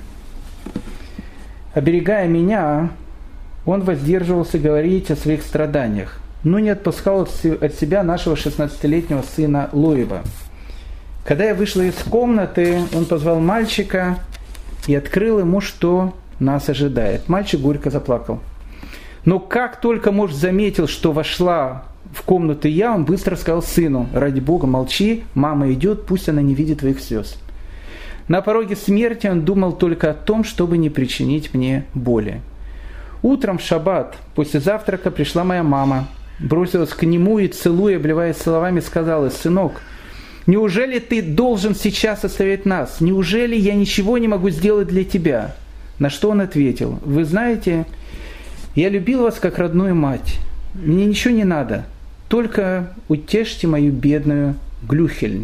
Оберегая меня, он воздерживался говорить о своих страданиях, но не отпускал от себя нашего 16-летнего сына Лоева. Когда я вышла из комнаты, он позвал мальчика и открыл ему, что нас ожидает. Мальчик горько заплакал. Но как только муж заметил, что вошла в комнату я, он быстро сказал сыну: «Ради Бога, молчи, мама идет, пусть она не видит твоих слез». На пороге смерти он думал только о том, чтобы не причинить мне боли. Утром в шаббат, после завтрака, пришла моя мама, бросилась к нему и, целуя, обливаясь словами, сказала: «Сынок, неужели ты должен сейчас оставить нас? Неужели я ничего не могу сделать для тебя?» На что он ответил: «Вы знаете, я любил вас как родную мать. Мне ничего не надо, только утешьте мою бедную Глюхель».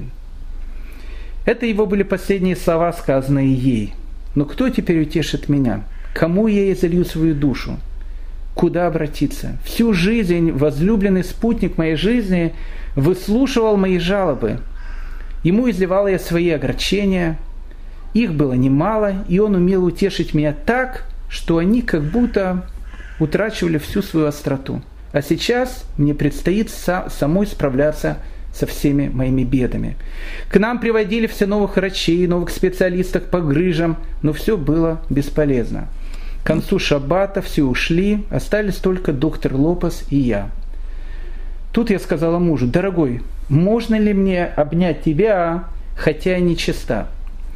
Это его были последние слова, сказанные ей. Но кто теперь утешит меня? Кому я изолью свою душу? Куда обратиться? Всю жизнь возлюбленный спутник моей жизни выслушивал мои жалобы. Ему изливала я свои огорчения. Их было немало, и он умел утешить меня так, что они как будто утрачивали всю свою остроту. А сейчас мне предстоит самой справляться со всеми моими бедами. К нам приводили все новых врачей, новых специалистов по грыжам, но все было бесполезно. К концу шаббата все ушли, остались только доктор Лопес и я. Тут я сказала мужу: «Дорогой, можно ли мне обнять тебя, хотя я нечиста?»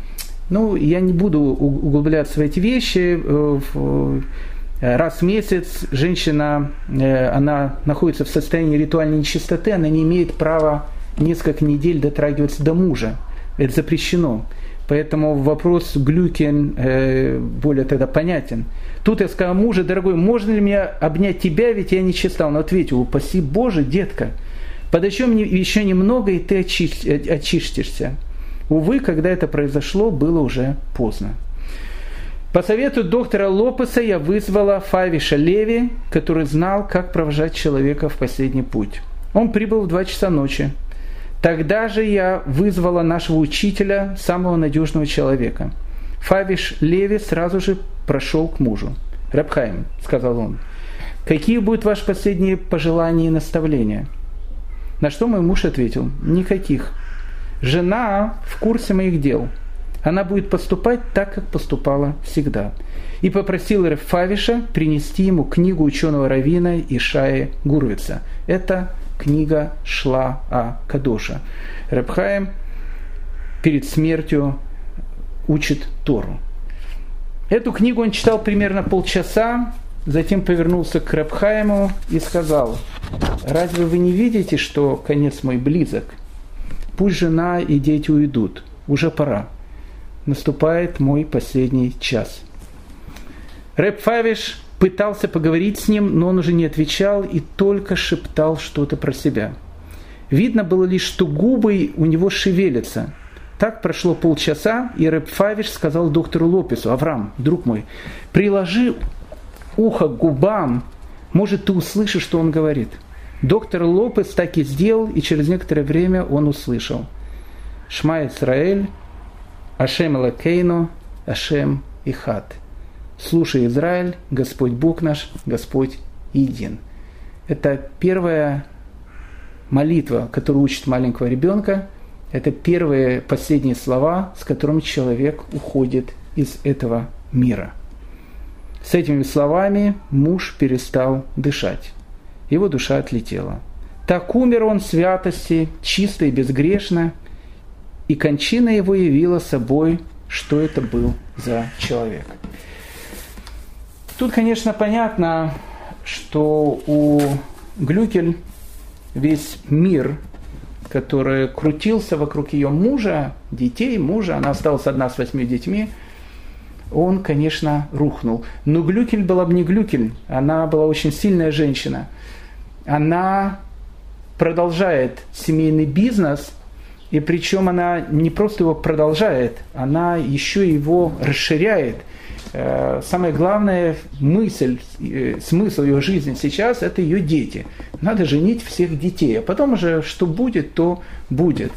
Я не буду углубляться в эти вещи. Раз в месяц женщина, она находится в состоянии ритуальной нечистоты, она не имеет права несколько недель дотрагиваться до мужа. Это запрещено. Поэтому вопрос Глюкель более тогда понятен. Тут я сказал мужу: «Дорогой, можно ли мне обнять тебя, ведь я нечиста?» Он ответил: «Упаси Боже, детка, подожди мне еще немного, и ты очистишься». Увы, когда это произошло, было уже поздно. По совету доктора Лопеса я вызвала Фавиша Леви, который знал, как провожать человека в последний путь. Он прибыл в 2 часа ночи. Тогда же я вызвала нашего учителя, самого надежного человека. Фавиш Леви сразу же прошел к мужу. «Раб Хаим», — сказал он, — «какие будут ваши последние пожелания и наставления?» На что мой муж ответил: «Никаких. Жена в курсе моих дел. Она будет поступать так, как поступала всегда». И попросил Фавиша принести ему книгу ученого раввина Ишая Гурвица. Это книга Шлаа Кадоша. Реб Хаим перед смертью учит Тору. Эту книгу он читал примерно полчаса, затем повернулся к Реб Хаиму и сказал: «Разве вы не видите, что конец мой близок? Пусть жена и дети уйдут, уже пора. Наступает мой последний час». Реб Фавиш пытался поговорить с ним, но он уже не отвечал и только шептал что-то про себя. Видно было лишь, что губы у него шевелятся. Так прошло полчаса, и Реб Фавиш сказал доктору Лопесу: «Авраам, друг мой, приложи ухо к губам, может, ты услышишь, что он говорит». Доктор Лопес так и сделал, и через некоторое время он услышал: «Шма Исраэль, Ашем Элокейну, Ашем Ихад». «Слушай, Израиль, Господь Бог наш, Господь един». Это первая молитва, которую учит маленького ребенка. Это первые последние слова, с которыми человек уходит из этого мира. С этими словами муж перестал дышать. Его душа отлетела. Так умер он в святости, чисто и безгрешно, и кончина его явила собой, что это был за человек. Тут, конечно, понятно, что у Глюкель весь мир, который крутился вокруг ее мужа, детей, мужа, она осталась одна с 8 детьми, он, конечно, рухнул. Но Глюкель была бы не Глюкель, она была очень сильная женщина. Она продолжает семейный бизнес, и причем она не просто его продолжает, она еще его расширяет. Самая главная мысль, смысл ее жизни сейчас – это ее дети. Надо женить всех детей, а потом уже что будет, то будет.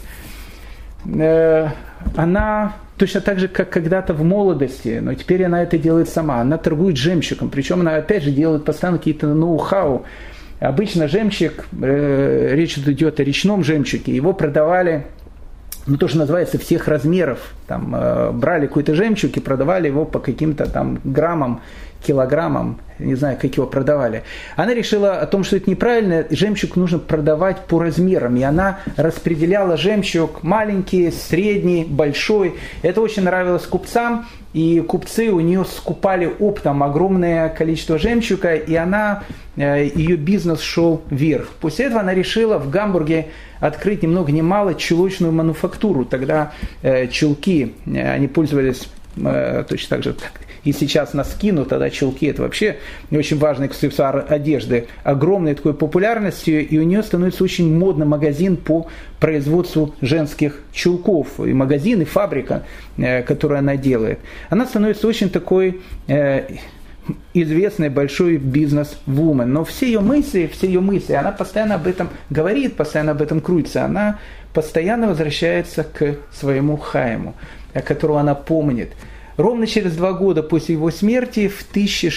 Она точно так же, как когда-то в молодости, но теперь она это делает сама. Она торгует жемчугом, причем она опять же делает постоянно какие-то ноу-хау. Обычно жемчуг, речь идет о речном жемчуге, его продавали, то, что называется, всех размеров. Там, брали какой-то жемчуг и продавали его по каким-то там граммам, килограммам, не знаю, как его продавали. Она решила о том, что это неправильно, жемчуг нужно продавать по размерам. И она распределяла жемчуг маленький, средний, большой. Это очень нравилось купцам. И купцы у нее скупали оптом огромное количество жемчуга, и ее бизнес шел вверх. После этого она решила в Гамбурге открыть ни много ни мало чулочную мануфактуру. Тогда чулки, они пользовались точно так же, как и сейчас носки, но тогда чулки – это вообще очень важный аксессуар одежды, огромной такой популярностью, и у нее становится очень модный магазин по производству женских чулков, и магазин, и фабрика, которую она делает. Она становится очень такой известный большой бизнес-вумен, но все ее мысли, она постоянно об этом говорит, постоянно об этом крутится, она постоянно возвращается к своему Хаиму, которого она помнит. Ровно через 2 года после его смерти, в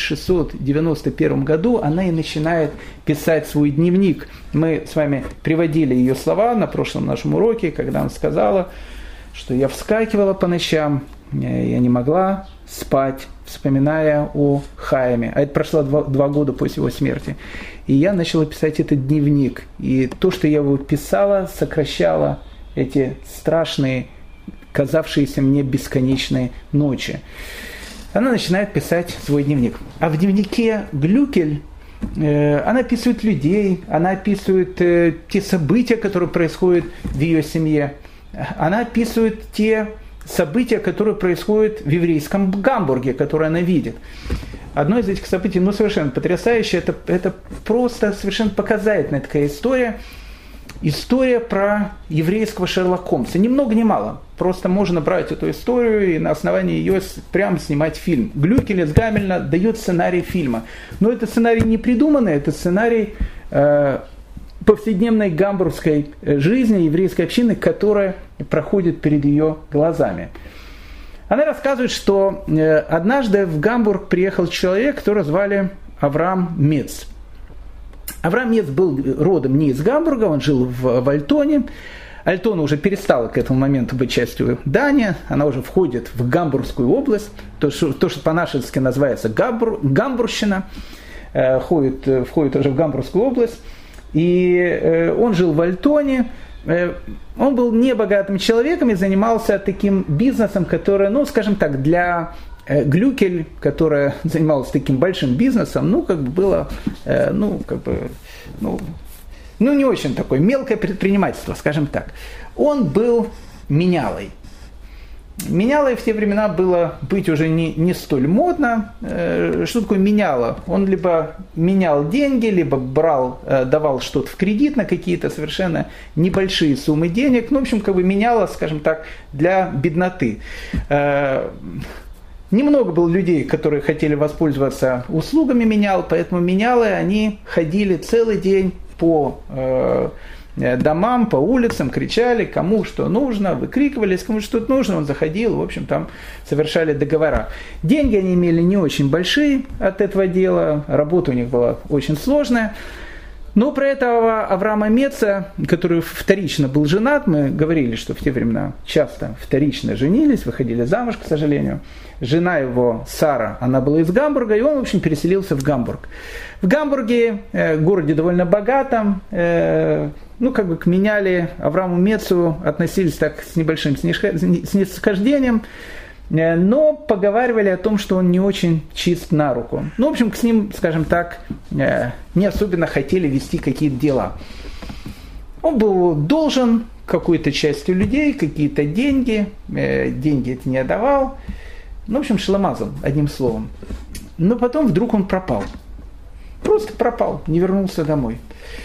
1691 году, она и начинает писать свой дневник. Мы с вами приводили ее слова на прошлом нашем уроке, когда она сказала, что я вскакивала по ночам, я не могла спать, вспоминая о Хаиме. А это прошло 2 года после его смерти. И я начала писать этот дневник. И то, что я его писала, сокращало эти страшные, казавшиеся мне бесконечные ночи. Она начинает писать свой дневник. А в дневнике Глюкель она описывает людей, она описывает те события, которые происходят в ее семье. Она описывает те события, которые происходят в еврейском Гамбурге, которые она видит. Одно из этих событий, совершенно потрясающее, это просто совершенно показательная такая история. История про еврейского Шерлока Холмса. Ни много ни мало. Просто можно брать эту историю и на основании ее прямо снимать фильм. Глюкель из Гамельна дает сценарий фильма. Но это сценарий не придуманный, это сценарий повседневной гамбургской жизни еврейской общины, которая проходит перед ее глазами. Она рассказывает, что однажды в Гамбург приехал человек, которого звали Авраам Мец. Авраам Мец был родом не из Гамбурга, он жил в Альтоне. Альтона уже перестала к этому моменту быть частью Дании, она уже входит в Гамбургскую область, то, что по-нашенски называется Гамбургщина, входит уже в Гамбургскую область. И он жил в Альтоне. Он был небогатым человеком и занимался таким бизнесом, который, ну, скажем так, для Глюкель, которая занималась таким большим бизнесом, ну, как бы было, не очень такое, мелкое предпринимательство, скажем так. Он был менялой. Менялой в те времена было быть уже не столь модно. Что такое меняло? Он либо менял деньги, либо давал что-то в кредит на какие-то совершенно небольшие суммы денег. Ну, в общем, как бы меняло, скажем так, для бедноты. Немного было людей, которые хотели воспользоваться услугами менял, поэтому менялы, они ходили целый день по домам, по улицам, кричали, кому что нужно, выкрикивались, кому что-то нужно, он заходил, в общем, там совершали договора. Деньги они имели не очень большие от этого дела, работа у них была очень сложная. Но про этого Авраама Меца, который вторично был женат, мы говорили, что в те времена часто вторично женились, выходили замуж, к сожалению. Жена его, Сара, она была из Гамбурга, и он, в общем, переселился в Гамбург. В Гамбурге, городе довольно богатом, как бы к меняли Аврааму Мецу относились так с небольшим снисхождением, но поговаривали о том, что он не очень чист на руку. Ну, в общем, с ним, скажем так, не особенно хотели вести какие-то дела. Он был должен какой-то частью людей какие-то деньги, деньги эти не отдавал. Ну, в общем, шламазом, одним словом. Но потом вдруг он пропал. Просто пропал, не вернулся домой.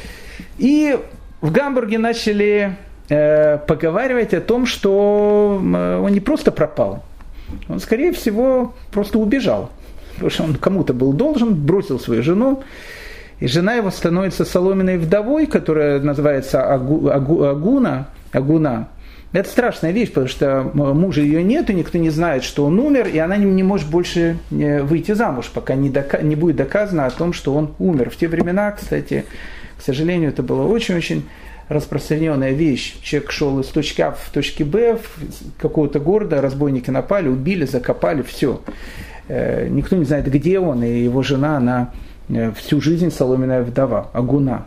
И в Гамбурге начали поговаривать о том, что он не просто пропал, он, скорее всего, просто убежал. Потому что он кому-то был должен, бросил свою жену. И жена его становится соломенной вдовой, которая называется Агуна. Это страшная вещь, потому что мужа ее нет, и никто не знает, что он умер, и она не может больше выйти замуж, пока не будет доказано о том, что он умер. В те времена, кстати, к сожалению, это была очень-очень распространенная вещь. Человек шел из точки А в точке Б, какого-то города, разбойники напали, убили, закопали, все. Никто не знает, где он, и его жена, она всю жизнь соломенная вдова, Агуна.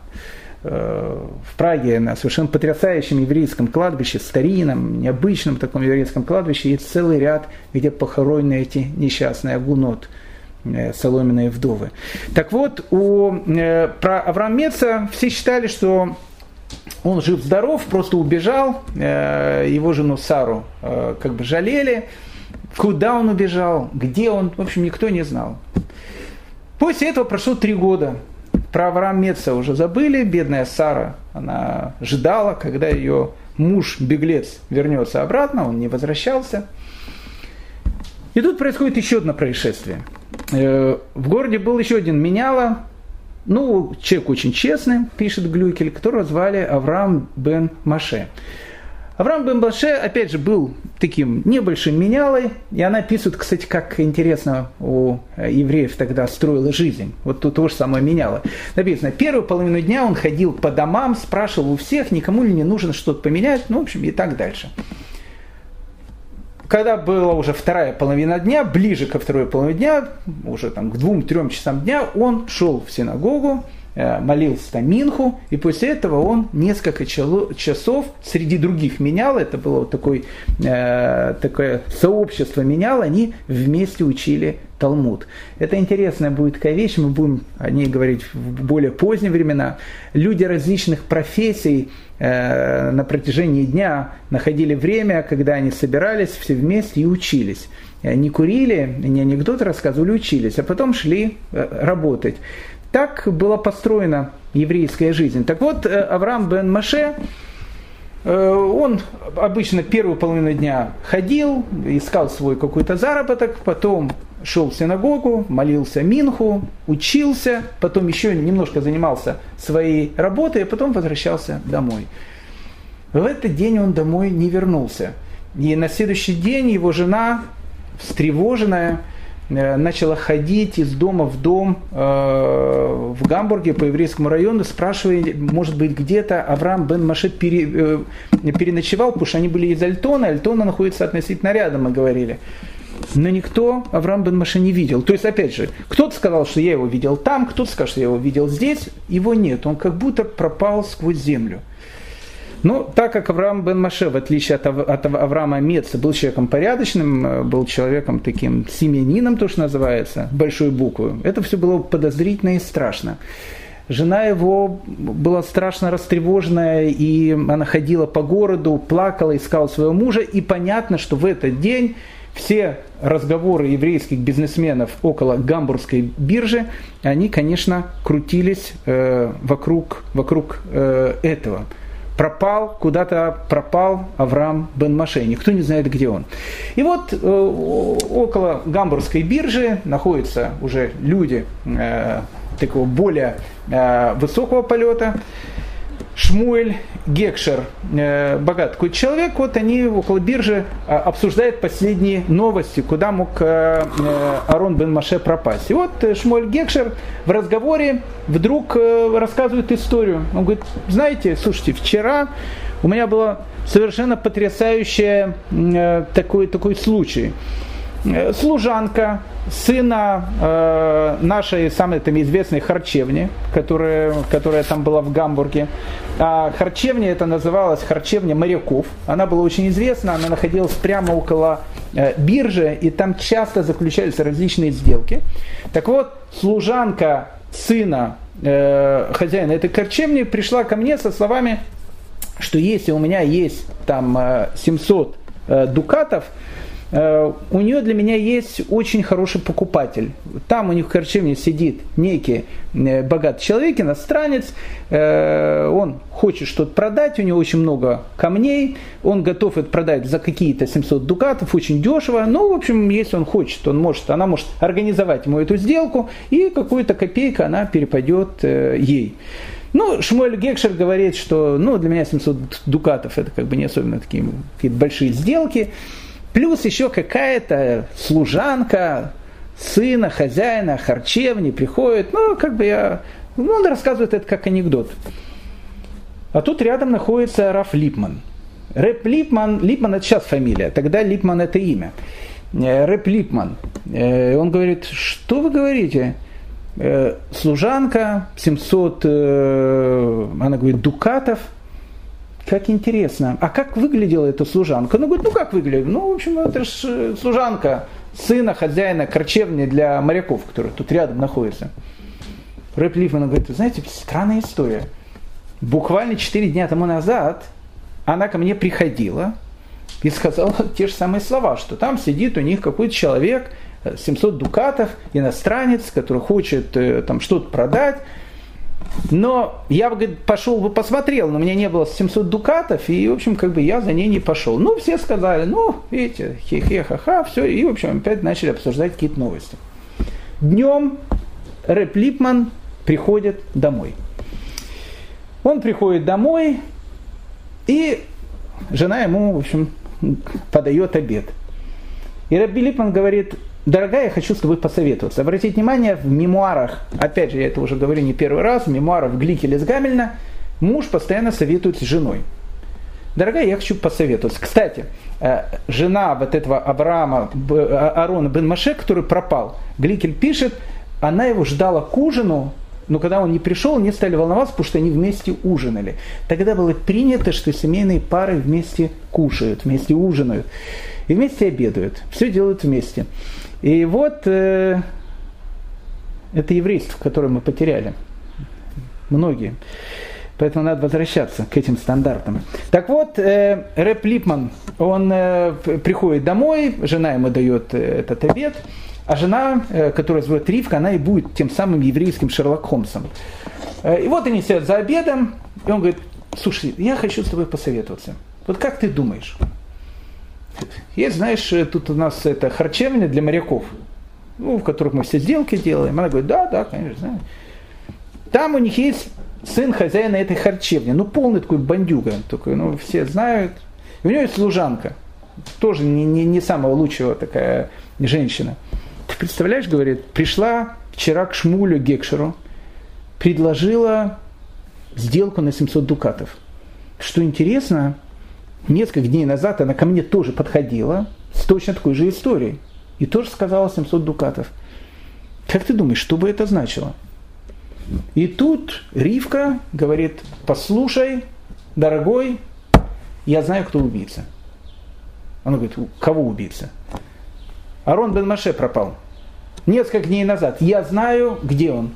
В Праге на совершенно потрясающем еврейском кладбище, старинном, необычном таком еврейском кладбище, есть целый ряд, где похоронены эти несчастные Агунот, соломенные вдовы. Так вот, про Авраама Меца все считали, что он жив-здоров, просто убежал, его жену Сару как бы жалели, куда он убежал, где он, в общем, никто не знал. После этого прошло 3 года. Про Авраама Меца уже забыли, бедная Сара, она ждала, когда ее муж-беглец вернется обратно, он не возвращался. И тут происходит еще одно происшествие. В городе был еще один меняла, человек очень честный, пишет Глюкель, которого звали Авраам бен Маше. Авраам бен Маше, опять же, был таким небольшим менялой, и она описывает, кстати, как интересно у евреев тогда строила жизнь. Вот тут то же самое меняло. Написано, первую половину дня он ходил по домам, спрашивал у всех, никому ли не нужно что-то поменять, в общем, и так дальше. Когда была уже вторая половина дня, ближе ко второй половине дня, уже там к 2-3 часам дня, он шел в синагогу, молился там минху, и после этого он несколько часов среди других менял, это было вот такое сообщество менял, они вместе учили Талмуд. Это интересная будет такая вещь, мы будем о ней говорить в более поздние времена. Люди различных профессий на протяжении дня находили время, когда они собирались все вместе и учились. Не курили, не анекдоты рассказывали, учились, а потом шли работать. Так была построена еврейская жизнь. Так вот, Авраам бен Маше, он обычно первую половину дня ходил, искал свой какой-то заработок, потом шел в синагогу, молился минху, учился, потом еще немножко занимался своей работой, а потом возвращался домой. В этот день он домой не вернулся. И на следующий день его жена, встревоженная, начала ходить из дома в дом в Гамбурге по еврейскому району, спрашивая, может быть, где-то Авраам бен Маше переночевал, потому что они были из Альтона, Альтона находится относительно рядом, мы говорили. но никто Авраам бен Моше не видел. То есть, опять же, кто-то сказал, что я его видел там, кто-то сказал, что я его видел здесь, его нет, он как будто пропал сквозь землю. Но так как Авраам бен Моше, в отличие от Авраама Меца, был человеком порядочным, был человеком таким семьянином, то, что называется, большой буквы, это все было подозрительно и страшно. Жена его была страшно растревоженная, и она ходила по городу, плакала, искала своего мужа, и понятно, что в этот день все разговоры еврейских бизнесменов около Гамбургской биржи, они, конечно, крутились вокруг этого. Куда-то пропал Авраам бен Моше, никто не знает, где он. И вот около Гамбургской биржи находятся уже люди такого более высокого полета. Шмуэль Гекшер, богатый такой человек, вот они около биржи обсуждают последние новости, куда мог Аарон бен Моше пропасть. И вот Шмуэль Гекшер в разговоре вдруг рассказывает историю. Он говорит, знаете, слушайте, вчера у меня был совершенно потрясающий такой случай. Служанка сына нашей самой там известной харчевни, которая там была в Гамбурге. А харчевня это называлась харчевня моряков. Она была очень известна, она находилась прямо около биржи, и там часто заключались различные сделки. Так вот, служанка сына хозяина этой харчевни пришла ко мне со словами, что если у меня есть там 700 дукатов, у нее для меня есть очень хороший покупатель. Там у них в харчевне сидит некий богатый человек, иностранец, он хочет что-то продать, у него очень много камней, он готов это продать за какие-то 700 дукатов, очень дешево, но, в общем, если он хочет, она может организовать ему эту сделку, и какую-то копейку она перепадет ей. Ну, Шмуэль Гекшер говорит, что для меня 700 дукатов это как бы не особенно такие какие-то большие сделки. Плюс еще какая-то служанка сына хозяина харчевни приходит, он рассказывает это как анекдот. А тут рядом находится Раф Липман. Рэп Липман это сейчас фамилия, тогда Липман это имя. Рэп Липман. Он говорит, что вы говорите? Служанка, 700, она говорит, дукатов. Как интересно. А как выглядела эта служанка? Говорит, как выглядит? В общем, это же служанка сына хозяина харчевни для моряков, который тут рядом находится. Рэп Липман говорит, вы знаете, странная история. Буквально 4 дня тому назад она ко мне приходила и сказала те же самые слова, что там сидит у них какой-то человек, 700 дукатов, иностранец, который хочет там что-то продать. Но я, говорит, пошел бы посмотрел, но у меня не было 700 дукатов, и, в общем, я за ней не пошел. Все сказали, видите, хе-хе-ха-ха, все, и, в общем, опять начали обсуждать какие-то новости. Днем Рэп Липман приходит домой. Он приходит домой, и жена ему, в общем, подает обед. И Рэп Липман говорит, дорогая, я хочу с тобой посоветоваться. Обратите внимание, в мемуарах, опять же, я это уже говорю не первый раз, в мемуарах Гликеля с Гамельна, муж постоянно советует с женой. Дорогая, я хочу посоветоваться. Кстати, жена вот этого Аарона бен Моше, который пропал, Гликель пишет, она его ждала к ужину, но когда он не пришел, они стали волноваться, потому что они вместе ужинали. Тогда было принято, что семейные пары вместе кушают, вместе ужинают и вместе обедают. Все делают вместе. И вот это еврейство, которое мы потеряли. Многие. Поэтому надо возвращаться к этим стандартам. Так вот, Рэп Липман, он приходит домой, жена ему дает этот обед, а жена, которая зовет Ривка, она и будет тем самым еврейским Шерлок Холмсом. И вот они сидят за обедом, и он говорит, слушай, я хочу с тобой посоветоваться. Вот как ты думаешь? Есть, знаешь, тут у нас это харчевня для моряков, в которых мы все сделки делаем. Она говорит, да, конечно, знаю. Там у них есть сын хозяина этой харчевни, полный такой бандюга, такой, все знают. И у него есть служанка, тоже не самого лучшего такая женщина. Ты представляешь, говорит, пришла вчера к Шмулю Гекшеру, предложила сделку на 700 дукатов. Что интересно, несколько дней назад она ко мне тоже подходила с точно такой же историей. и тоже сказала 700 дукатов. Как ты думаешь, что бы это значило? И тут Ривка говорит: послушай, дорогой, я знаю, кто убийца. Она говорит: кого убийца? Арон бен Моше пропал. Несколько дней назад. Я знаю, где он.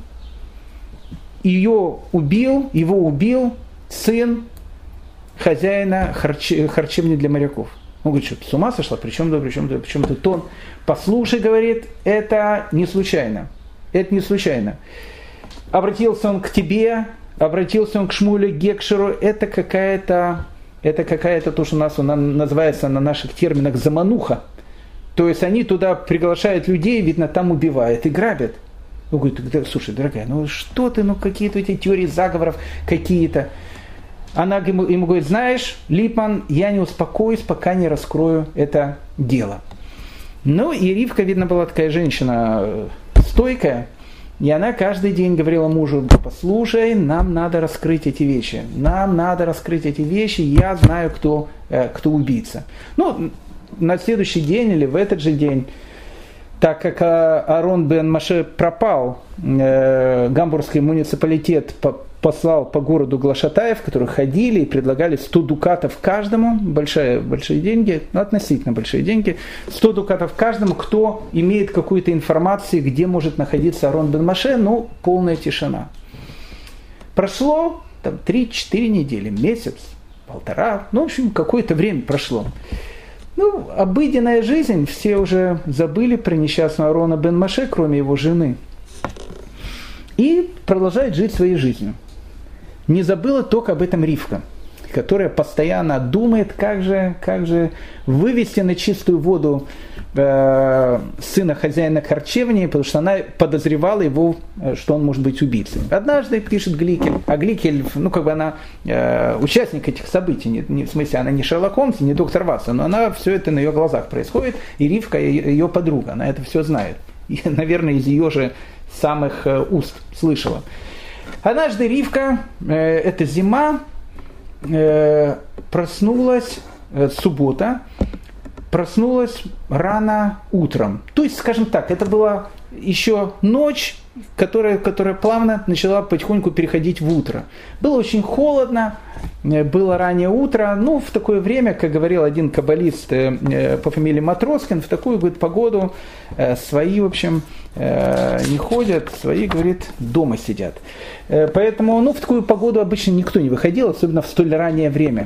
Его убил сын хозяина харчевни для моряков. Он говорит: что, с ума сошла? Причем тут он? Послушай, говорит, это не случайно. Это не случайно. Обратился он к тебе, обратился он к Шмулю Гекшеру. Это какая-то то, что у нас называется на наших терминах замануха. То есть они туда приглашают людей, видно, там убивают и грабят. Он говорит: слушай, дорогая, ну что ты, какие-то эти теории заговоров какие-то. Она ему говорит: знаешь, Липман, я не успокоюсь, пока не раскрою это дело. Ну и Ривка, видно, была такая женщина стойкая, и она каждый день говорила мужу: послушай, нам надо раскрыть эти вещи, я знаю, кто убийца. На следующий день или в этот же день, так как Арон бен Моше пропал, гамбургский муниципалитет послал по городу глашатаев, которые ходили и предлагали 100 дукатов каждому, большие деньги, относительно большие деньги, 100 дукатов каждому, кто имеет какую-то информацию, где может находиться Арон бен Моше, полная тишина. Прошло 3-4 недели, месяц, полтора, в общем, какое-то время прошло. Обыденная жизнь, все уже забыли про несчастного Арона бен Моше, кроме его жены. И продолжает жить своей жизнью. Не забыла только об этом Ривка, которая постоянно думает, как же вывести на чистую воду сына хозяина харчевни, потому что она подозревала его, что он может быть убийцей. Однажды пишет Гликель, а Гликель, она участник этих событий, в смысле, она не Шерлок Холмс, не доктор Ватсон, но она все это на ее глазах происходит, и Ривка ее подруга, она это все знает. И, наверное, из ее же самых уст слышала. Однажды Ривка, это зима, проснулась, суббота, проснулась рано утром. То есть, скажем так, это была еще ночь, которая плавно начала потихоньку переходить в утро. Было очень холодно, было раннее утро. В такое время, как говорил один каббалист по фамилии Матроскин, в такую, говорит, погоду свои, в общем, не ходят, свои, говорит, дома сидят. Поэтому, в такую погоду обычно никто не выходил, особенно в столь раннее время.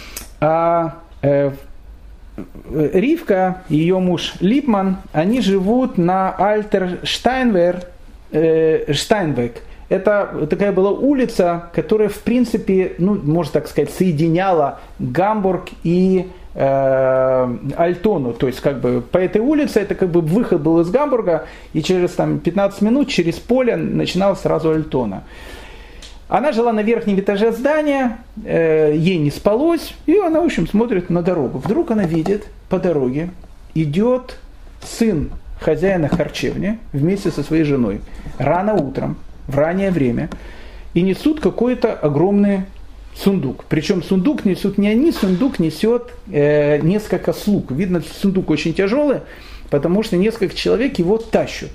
Ривка и ее муж Липман, они живут на Альтер Штайнвек. Это такая была улица, которая, в принципе, можно так сказать, соединяла Гамбург и Альтону. То есть, по этой улице, это выход был из Гамбурга, и через 15 минут через поле начиналась сразу Альтона. Она жила на верхнем этаже здания, ей не спалось, и она, в общем, смотрит на дорогу. Вдруг она видит, по дороге идет сын хозяина харчевни вместе со своей женой. Рано утром, в раннее время, и несут какой-то огромный сундук. Причем сундук несут не они, сундук несет несколько слуг. Видно, сундук очень тяжелый, потому что несколько человек его тащат.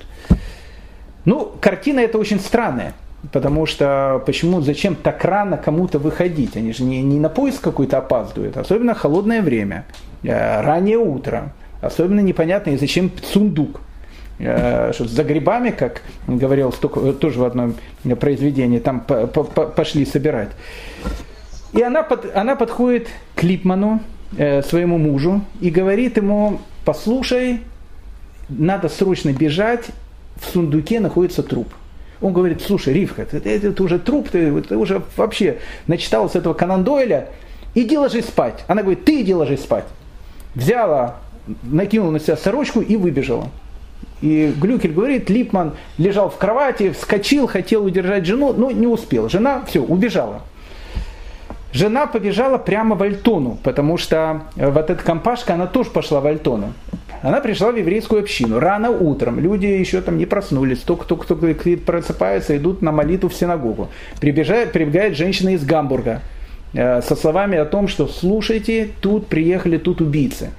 Картина эта очень странная. Потому что зачем так рано кому-то выходить? Они же не на поезд какой-то опаздывают. Особенно холодное время, раннее утро. Особенно непонятно, и зачем сундук. Что за грибами, как говорил тоже в одном произведении, там пошли собирать. И она подходит к Липману, своему мужу, и говорит ему: послушай, надо срочно бежать, в сундуке находится труп. Он говорит: слушай, Ривка, это уже труп, ты уже вообще начиталась этого Конан Дойля, иди ложись спать. Она говорит: ты иди ложись спать. Взяла, накинула на себя сорочку и выбежала. И Глюкель говорит, Липман лежал в кровати, вскочил, хотел удержать жену, но не успел. Жена, все, убежала. Жена побежала прямо в Альтону, потому что вот эта компашка, она тоже пошла в Альтону. Она пришла в еврейскую общину рано утром, люди еще там не проснулись, кто просыпается, идут на молитву в синагогу. Прибегает женщина из Гамбурга со словами о том, что слушайте, тут приехали, тут убийцы.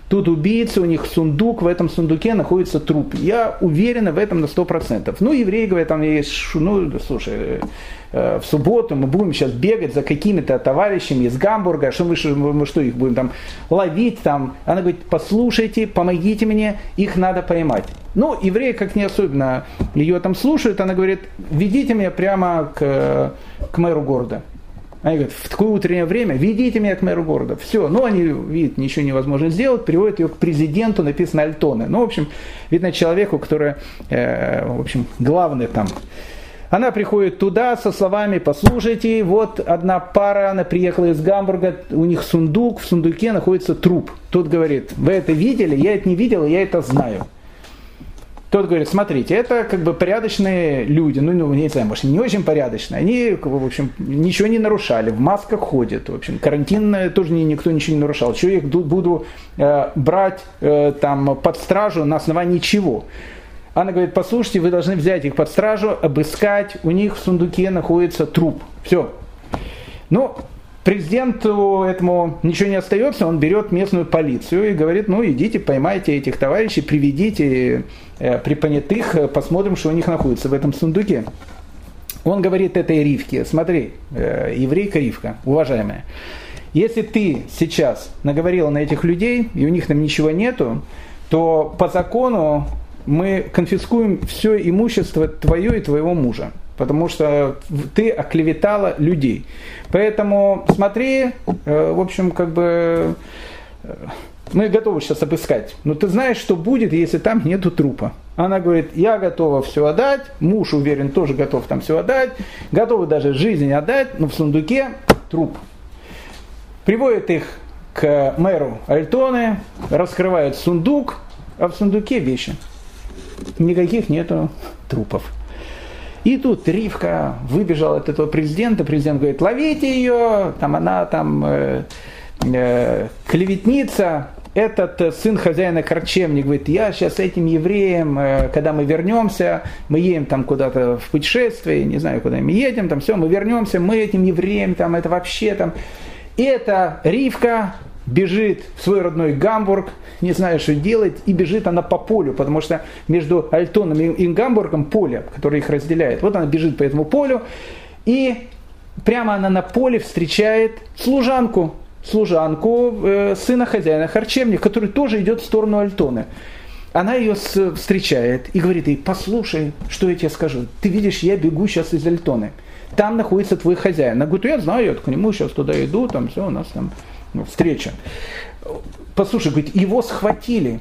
тут убийцы, у них сундук, в этом сундуке находится труп. Я уверена в этом на 100%. Ну, евреи говорят, там есть, ну, слушай, в субботу мы будем сейчас бегать за какими-то товарищами из Гамбурга, что мы что, их будем там ловить там. Она говорит, послушайте, помогите мне, их надо поймать. Ну, евреи как не особенно ее там слушают, она говорит, ведите меня прямо к мэру города. Они говорят, в такое утреннее время ведите меня к мэру города. Все. Ну, они видят, ничего невозможно сделать, приводят ее к президенту, написано Альтоне. Ну, в общем, видно человеку, который, в общем, главный там. Она приходит туда со словами, послушайте, вот одна пара, она приехала из Гамбурга, у них сундук, в сундуке находится труп. Тот говорит, вы это видели? Я это не видел, я это знаю. Тот говорит, смотрите, это как бы порядочные люди, ну не знаю, может, не очень порядочные, они, в общем, ничего не нарушали, в масках ходят, в общем, карантин тоже никто ничего не нарушал. Чего я их буду брать там под стражу на основании чего? Она говорит, послушайте, вы должны взять их под стражу, обыскать, у них в сундуке находится труп. Все. Ну, президенту этому ничего не остается, он берет местную полицию и говорит, ну идите, поймайте этих товарищей, приведите припонятых, посмотрим, что у них находится в этом сундуке. Он говорит этой Ривке, смотри, еврейка Ривка, уважаемая, если ты сейчас наговорила на этих людей, и у них там ничего нету, то по закону мы конфискуем все имущество твое и твоего мужа. Потому что ты оклеветала людей. Поэтому смотри, в общем, как бы мы готовы сейчас обыскать. Но ты знаешь, что будет, если там нету трупа. Она говорит, я готова все отдать, муж, уверен, тоже готов там все отдать, готовы даже жизнь отдать, но в сундуке труп. Приводит их к мэру Альтоне, раскрывает сундук, а в сундуке вещи. Никаких нету трупов. И тут Ривка выбежала от этого президента, президент говорит, ловите ее, там она там клеветница. Этот сын хозяина харчевни говорит, я сейчас этим евреем, когда мы вернемся, мы едем там куда-то в путешествие, не знаю, куда мы едем, там все, мы вернемся, мы этим евреем, там это вообще там. И эта Ривка бежит в свой родной Гамбург, не знаю, что делать, и бежит она по полю, потому что между Альтоном и Гамбургом поле, которое их разделяет. Вот она бежит по этому полю, и прямо она на поле встречает служанку сына хозяина харчевни, который тоже идет в сторону Альтоны. Она ее встречает и говорит ей, послушай, что я тебе скажу. Ты видишь, я бегу сейчас из Альтоны. Там находится твой хозяин. Она говорит, я знаю, я к нему сейчас туда иду, там все, у нас там встреча. Послушай, говорит, его схватили,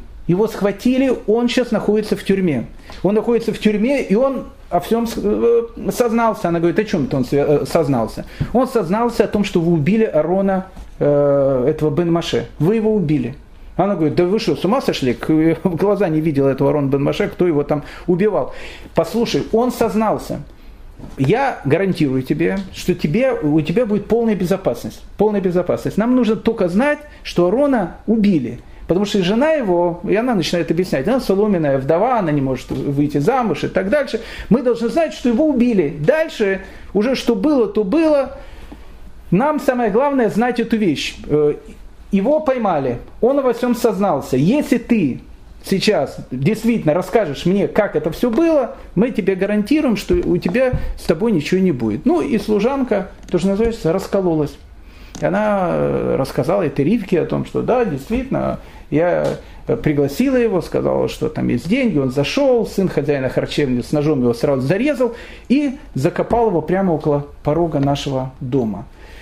он сейчас находится в тюрьме. Он находится в тюрьме, и он о всем сознался. Она говорит, о чем-то он сознался. Он сознался о том, что вы убили Арона, этого Бен Маше. Вы его убили. Она говорит, да вы что, с ума сошли? В глаза не видела этого Арона Бен Маше, кто его там убивал. Послушай, он сознался. Я гарантирую тебе, что у тебя будет полная безопасность. Полная безопасность. Нам нужно только знать, что Арона убили. Потому что жена его, и она начинает объяснять, она соломенная вдова, она не может выйти замуж и так дальше. Мы должны знать, что его убили. Дальше уже что было, то было. Нам самое главное знать эту вещь. Его поймали, он во всем сознался. Если ты сейчас действительно расскажешь мне, как это все было, мы тебе гарантируем, что у тебя с тобой ничего не будет. Ну и служанка, тоже называется, раскололась. И она рассказала этой Ривке о том, что да, действительно, я пригласила его, сказала, что там есть деньги, он зашел, сын хозяина харчевни с ножом его сразу зарезал и закопал его прямо около порога нашего дома.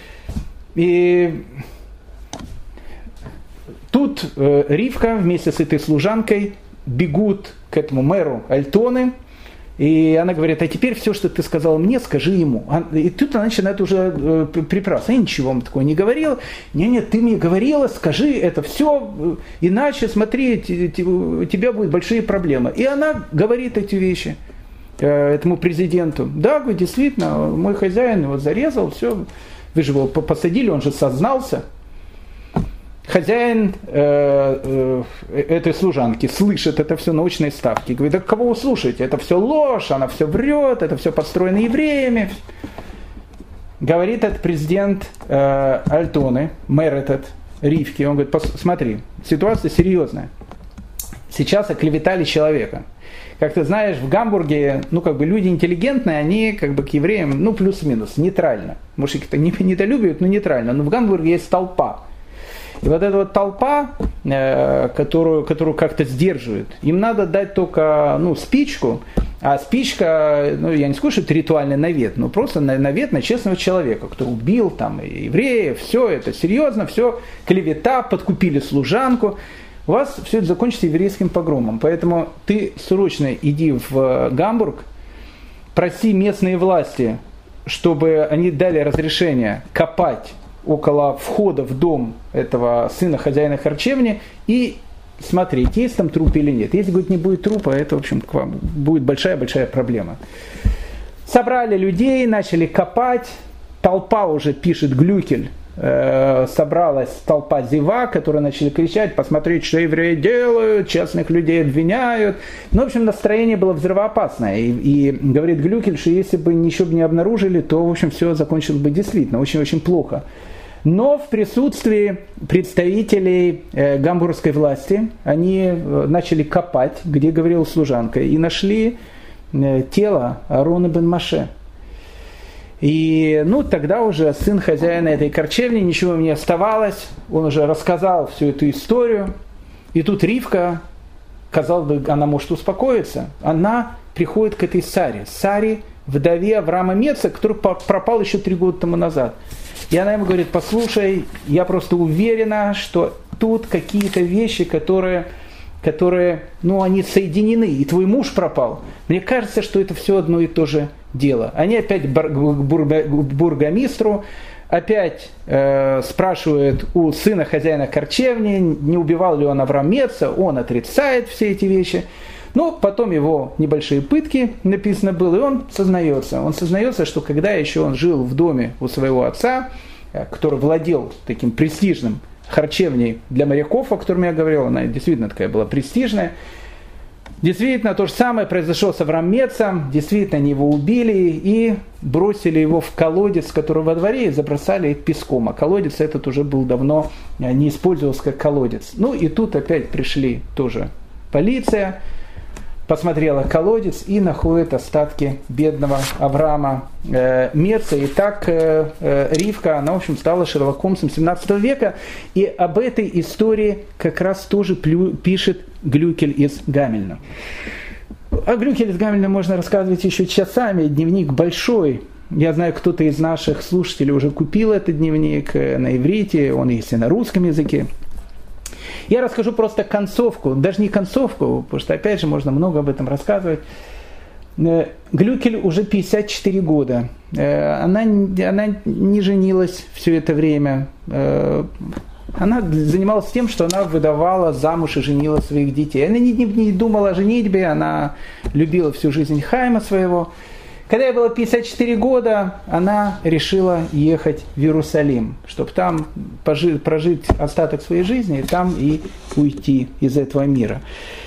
И тут Ривка вместе с этой служанкой бегут к этому мэру Альтоны, и она говорит, а теперь все, что ты сказал мне, скажи ему. И тут она начинает уже припрашивать. Я ничего вам такого не говорила. Нет, ты мне говорила, скажи это все, иначе, смотри, у тебя будут большие проблемы. И она говорит эти вещи этому президенту. Да, говорит, действительно, мой хозяин его зарезал, все. Вы же его посадили, он же сознался. Хозяин этой служанки слышит это все на очной ставке. Говорит, да кого вы слушаете? Это все ложь, она все врет, это все подстроено евреями. Говорит этот президент Альтоны, мэр этот, Ривке, он говорит, смотри, ситуация серьезная. Сейчас оклеветали человека. Как ты знаешь, в Гамбурге, люди интеллигентные, они к евреям, плюс-минус, нейтрально. Может, их недолюбивают, но нейтрально. Но в Гамбурге есть толпа. И вот эта вот толпа, которую как-то сдерживают, им надо дать только спичку, а спичка, я не скажу, что это ритуальный навет, но просто навет на честного человека, кто убил евреев, все это серьезно, все, клевета, подкупили служанку. У вас все это закончится еврейским погромом. Поэтому ты срочно иди в Гамбург, проси местные власти, чтобы они дали разрешение копать около входа в дом этого сына хозяина харчевни и смотреть, есть там труп или нет. Если, говорит, не будет трупа, это, в общем, будет большая-большая проблема. Собрали людей, начали копать, толпа уже пишет Глюкель, собралась толпа зевак, которые начали кричать, посмотреть, что евреи делают, честных людей обвиняют. В общем, настроение было взрывоопасное. И говорит Глюкель, что если бы ничего не обнаружили, то, в общем, все закончилось бы действительно очень-очень плохо. Но в присутствии представителей гамбургской власти они начали копать, где говорила служанка, и нашли тело Аарона бен Моше. И тогда уже сын хозяина этой харчевни, ничего ему не оставалось, он уже рассказал всю эту историю. И тут Ривка, казалось бы, она может успокоиться, она приходит к этой Саре, вдове Авраама Меца, который пропал еще 3 года тому назад. И она ему говорит, послушай, я просто уверена, что тут какие-то вещи, которые они соединены, и твой муж пропал. Мне кажется, что это все одно и то же дело. Они опять к бургомистру, опять спрашивают у сына хозяина харчевни, не убивал ли он Авраам Меца, он отрицает все эти вещи. Потом его небольшие пытки, написано было, и он сознается. Он сознается, что когда еще он жил в доме у своего отца, который владел таким престижным харчевней для моряков, о котором я говорил, она действительно такая была престижная. Действительно, то же самое произошло с Авраамом Мецем, действительно, они его убили и бросили его в колодец, который во дворе, и забросали песком. А колодец этот уже был давно, не использовался как колодец. И тут опять пришли тоже полиция, посмотрела колодец и находит остатки бедного Авраама Меца. И так Ривка, она, в общем, стала Шерлоком Холмсом 17 века. И об этой истории как раз тоже пишет Глюкель из Гамельна. О Глюкеле из Гамельна можно рассказывать еще часами. Дневник большой. Я знаю, кто-то из наших слушателей уже купил этот дневник на иврите, он есть и на русском языке. Я расскажу просто концовку, даже не концовку, потому что, опять же, можно много об этом рассказывать. Глюкель уже 54 года. Она не женилась все это время. Она занималась тем, что она выдавала замуж и женила своих детей. Она не думала о женитьбе, она любила всю жизнь Хайма своего. Когда ей было 54 года, она решила ехать в Иерусалим, чтобы там прожить остаток своей жизни и там и уйти из этого мира.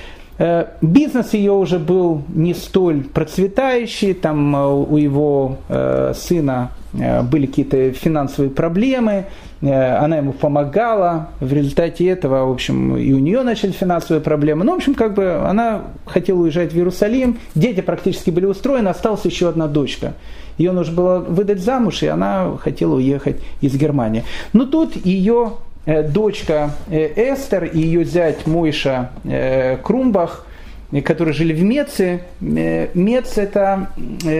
Бизнес ее уже был не столь процветающий, там у его сына были какие-то финансовые проблемы, она ему помогала, в результате этого, в общем, и у нее начались финансовые проблемы. В общем, она хотела уезжать в Иерусалим, дети практически были устроены, осталась еще одна дочка. Ее нужно было выдать замуж, и она хотела уехать из Германии. Но тут ее дочка Эстер и ее зять Мойша Крумбах, которые жили в Меце. Мец это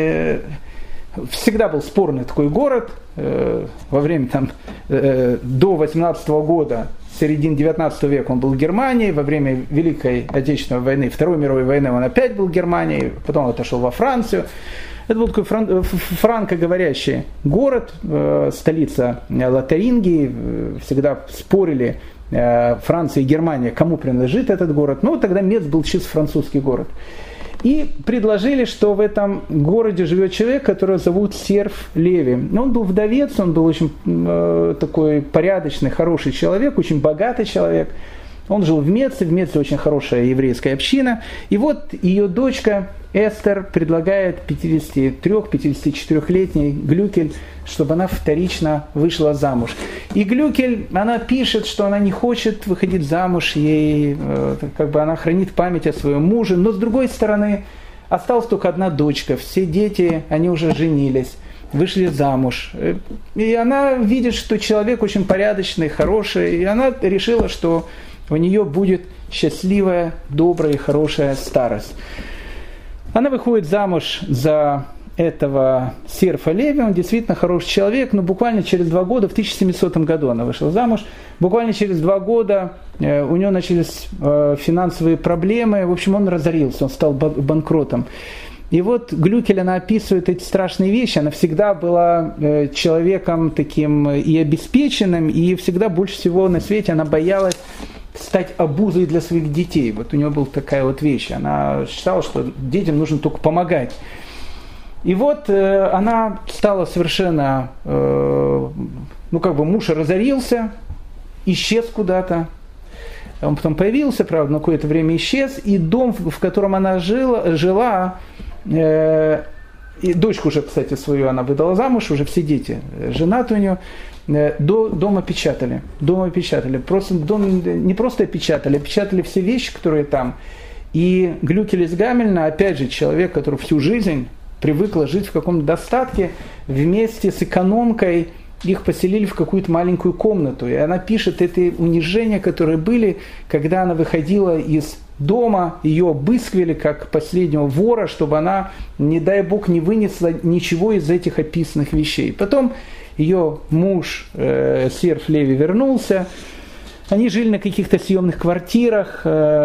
всегда был спорный такой город. Во время до 18 года, середины 19 века он был в Германии, во время Великой Отечественной войны, Второй мировой войны он опять был в Германии, потом он отошел во Францию. Это был такой франкоговорящий город, столица Лотарингии, всегда спорили Франция и Германия, кому принадлежит этот город. Тогда Мец был чисто французский город. И предложили, что в этом городе живет человек, которого зовут Серф Леви. Он был вдовец, он был очень такой порядочный, хороший человек, очень богатый человек. Он жил в Меце очень хорошая еврейская община. И вот ее дочка Эстер предлагает 53-54-летней Глюкель, чтобы она вторично вышла замуж. И Глюкель, она пишет, что она не хочет выходить замуж, ей, она хранит память о своем муже, но с другой стороны, осталась только одна дочка, все дети, они уже женились, вышли замуж. И она видит, что человек очень порядочный, хороший, и она решила, что у нее будет счастливая, добрая и хорошая старость. Она выходит замуж за этого Серфа Леви, он действительно хороший человек, но буквально через 2 года, в 1700 году она вышла замуж, буквально через 2 года у него начались финансовые проблемы, в общем, он разорился, он стал банкротом. И вот Глюкель, она описывает эти страшные вещи, она всегда была человеком таким и обеспеченным, и всегда больше всего на свете она боялась стать обузой для своих детей. Вот у нее была такая вот вещь, она считала, что детям нужно только помогать. И вот она стала совершенно, муж разорился, исчез куда-то. Он потом появился, правда, на какое-то время исчез. И дом, в котором она жила, и дочку уже, кстати, свою она выдала замуж, уже все дети женаты у нее, дом опечатали. Просто дом не просто опечатали, опечатали все вещи, которые там. И Глюкель из Гамельна, опять же, человек, который всю жизнь привыкла жить в каком-то достатке, вместе с экономкой их поселили в какую-то маленькую комнату. И она пишет эти унижения, которые были, когда она выходила из дома, ее обыскивали как последнего вора, чтобы она, не дай бог, не вынесла ничего из этих описанных вещей. Потом ее муж Серф Леви вернулся, они жили на каких-то съемных квартирах,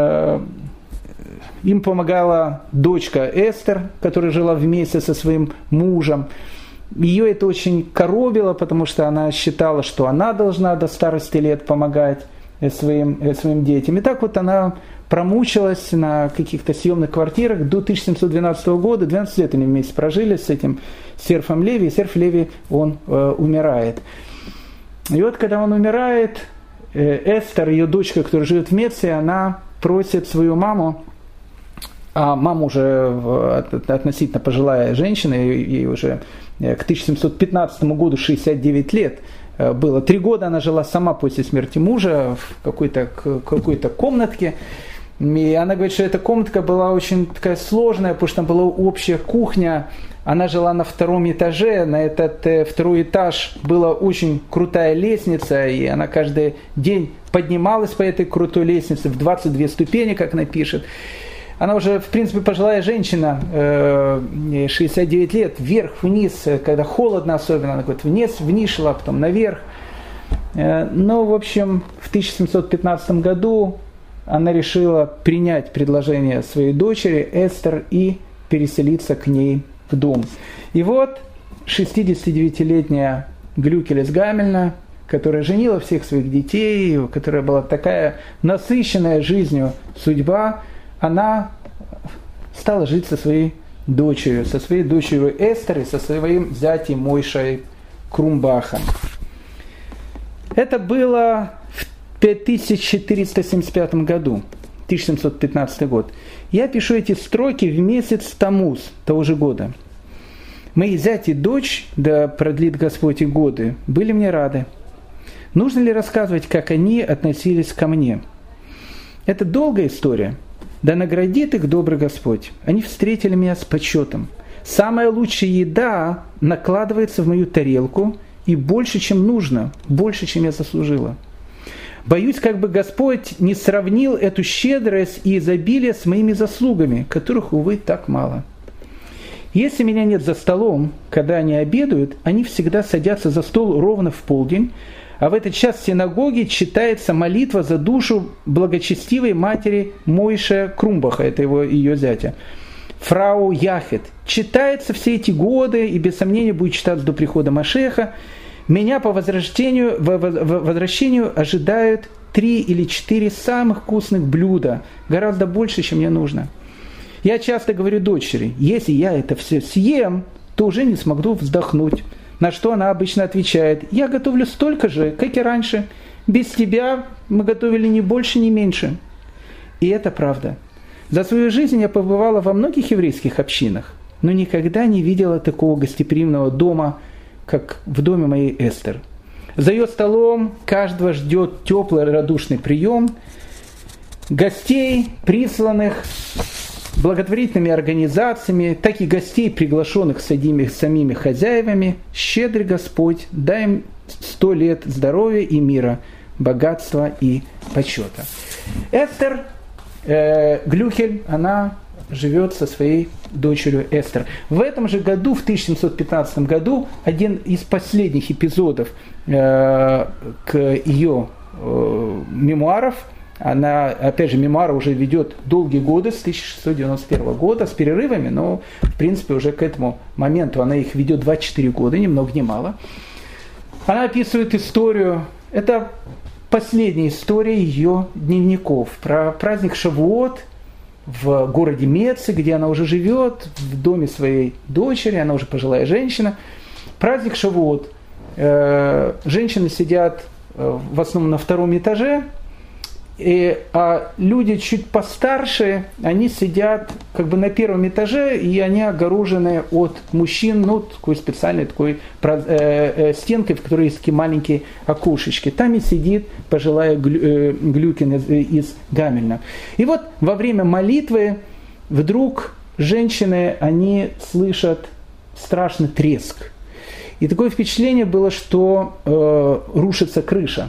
им помогала дочка Эстер, которая жила вместе со своим мужем. Ее это очень коробило, потому что она считала, что она должна до старости лет помогать своим детям. И так вот она промучилась на каких-то съемных квартирах до 1712 года. 12 лет они вместе прожили с этим Серфом Леви, и Серф Леви, он умирает. И вот когда он умирает, Эстер, ее дочка, которая живет в Меце, она просит свою маму, а мама уже относительно пожилая женщина, ей уже к 1715 году 69 лет было. 3 года она жила сама после смерти мужа в какой-то комнатке. И она говорит, что эта комнатка была очень такая сложная, потому что там была общая кухня. Она жила на 2-м этаже, на этот 2-й этаж была очень крутая лестница, и она каждый день поднималась по этой крутой лестнице в 22 ступени, как она пишет. Она уже, в принципе, пожилая женщина, 69 лет, вверх-вниз, когда холодно особенно, она говорит, вниз шла, потом наверх. Но, в общем, в 1715 году она решила принять предложение своей дочери Эстер и переселиться к ней в дом. И вот 69-летняя Глюкель из Гамельна, которая женила всех своих детей, которая была такая насыщенная жизнью судьба, она стала жить со своей дочерью Эстер и со своим зятем Мойшей Крумбахом. Это было в 5475 году, 1715 год. Я пишу эти строки в месяц Тамуз того же года. Мои зять и дочь, да продлит Господь их годы, были мне рады. Нужно ли рассказывать, как они относились ко мне? Это долгая история. Да наградит их добрый Господь. Они встретили меня с почетом. Самая лучшая еда накладывается в мою тарелку, и больше, чем нужно, больше, чем я заслужила. Боюсь, как бы Господь не сравнил эту щедрость и изобилие с моими заслугами, которых, увы, так мало. Если меня нет за столом, когда они обедают, они всегда садятся за стол ровно в полдень, а в этот час в синагоге читается молитва за душу благочестивой матери Мойше Крумбаха, это ее зятя, фрау Яхет. Читается все эти годы и без сомнения будет читаться до прихода Машеха. Меня по возвращению ожидают 3 или 4 самых вкусных блюда, гораздо больше, чем мне нужно. Я часто говорю дочери, если я это все съем, то уже не смогу вздохнуть. На что она обычно отвечает, я готовлю столько же, как и раньше. без тебя мы готовили ни больше, ни меньше. И это правда. За свою жизнь я побывала во многих еврейских общинах, но никогда не видела такого гостеприимного дома, как в доме моей Эстер. За ее столом каждого ждет теплый радушный прием. Гостей, присланных благотворительными организациями, так и гостей, приглашенных самими хозяевами, щедрый Господь, дай им 100 лет здоровья и мира, богатства и почета. Эстер Глюкель, она живет со своей дочерью Эстер. В этом же году, в 1715 году, один из последних эпизодов к ее мемуаров, она, опять же, мемуары уже ведет долгие годы, с 1691 года, с перерывами, но, в принципе, уже к этому моменту она их ведет 24 года, ни много ни мало. Она описывает историю, это последняя история ее дневников, про праздник Шавуот в городе Меце, где она уже живет, в доме своей дочери, она уже пожилая женщина. Праздник Шавуот. Женщины сидят в основном на втором этаже, а люди чуть постарше, они сидят как бы на первом этаже, и они огорожены от мужчин, ну, такой специальной такой стенкой, в которой есть такие маленькие окошечки. Там и сидит пожилая Глюкин из Гамельна. И вот во время молитвы вдруг женщины, они слышат страшный треск. И такое впечатление было, что рушится крыша.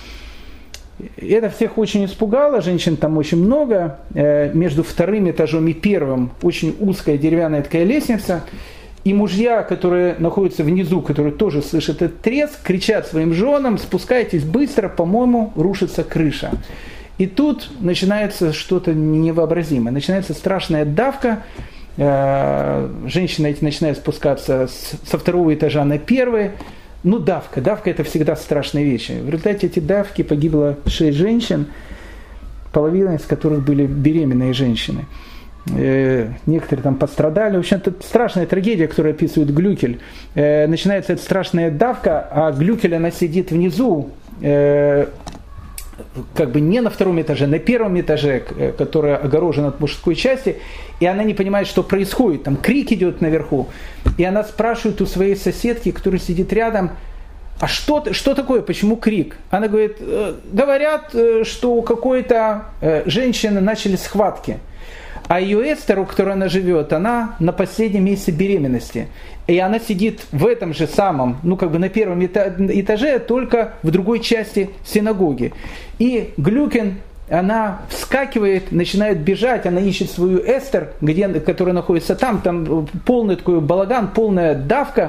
Это всех очень испугало, женщин там очень много. Между вторым этажом и первым очень узкая деревянная такая лестница. И мужья, которые находятся внизу, которые тоже слышат этот треск, кричат своим женам: спускайтесь быстро, по-моему, рушится крыша. И тут начинается что-то невообразимое. Начинается страшная давка. Женщины эти начинают спускаться со второго этажа на первый. Ну, давка это всегда страшная вещь. В результате этой давки погибло 6 женщин, половина из которых были беременные женщины. Некоторые там пострадали. В общем, это страшная трагедия, которую описывает Глюкель. Начинается эта страшная давка, а Глюкель, она сидит внизу, как бы не на втором этаже, на первом этаже, который огорожен от мужской части, и она не понимает, что происходит. Там крик идет наверху, и она спрашивает у своей соседки, которая сидит рядом: а что такое, почему крик? Она говорит: говорят, что у какой-то женщины начали схватки. А ее Эстер, у которой она живет, она на последнем месяце беременности. И она сидит в этом же самом, ну как бы на первом этаже, только в другой части синагоги. И Глюкин, она вскакивает, начинает бежать, она ищет свою Эстер, которая находится там полный такой балаган, полная давка.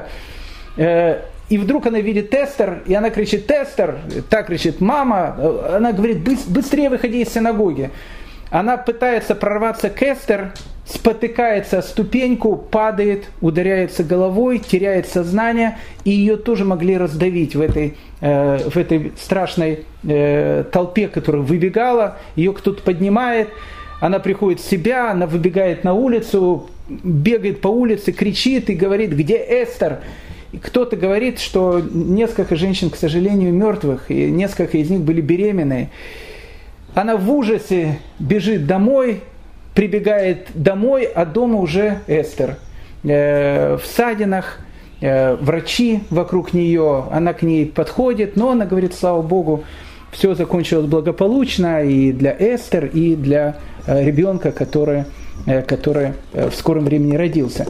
И вдруг она видит Эстер, и она кричит: Эстер, так кричит мама, она говорит: быстрее выходи из синагоги. Она пытается прорваться к Эстер, спотыкается о ступеньку, падает, ударяется головой, теряет сознание, и ее тоже могли раздавить в этой страшной толпе, которая выбегала. Ее кто-то поднимает, она приходит в себя, она выбегает на улицу, бегает по улице, кричит и говорит: где Эстер? И кто-то говорит, что несколько женщин, к сожалению, мертвых, и несколько из них были беременные. Она в ужасе бежит домой, прибегает домой, а дома уже Эстер. В ссадинах, врачи вокруг нее, она к ней подходит, но она говорит: слава Богу, все закончилось благополучно и для Эстер, и для ребенка, который в скором времени родился.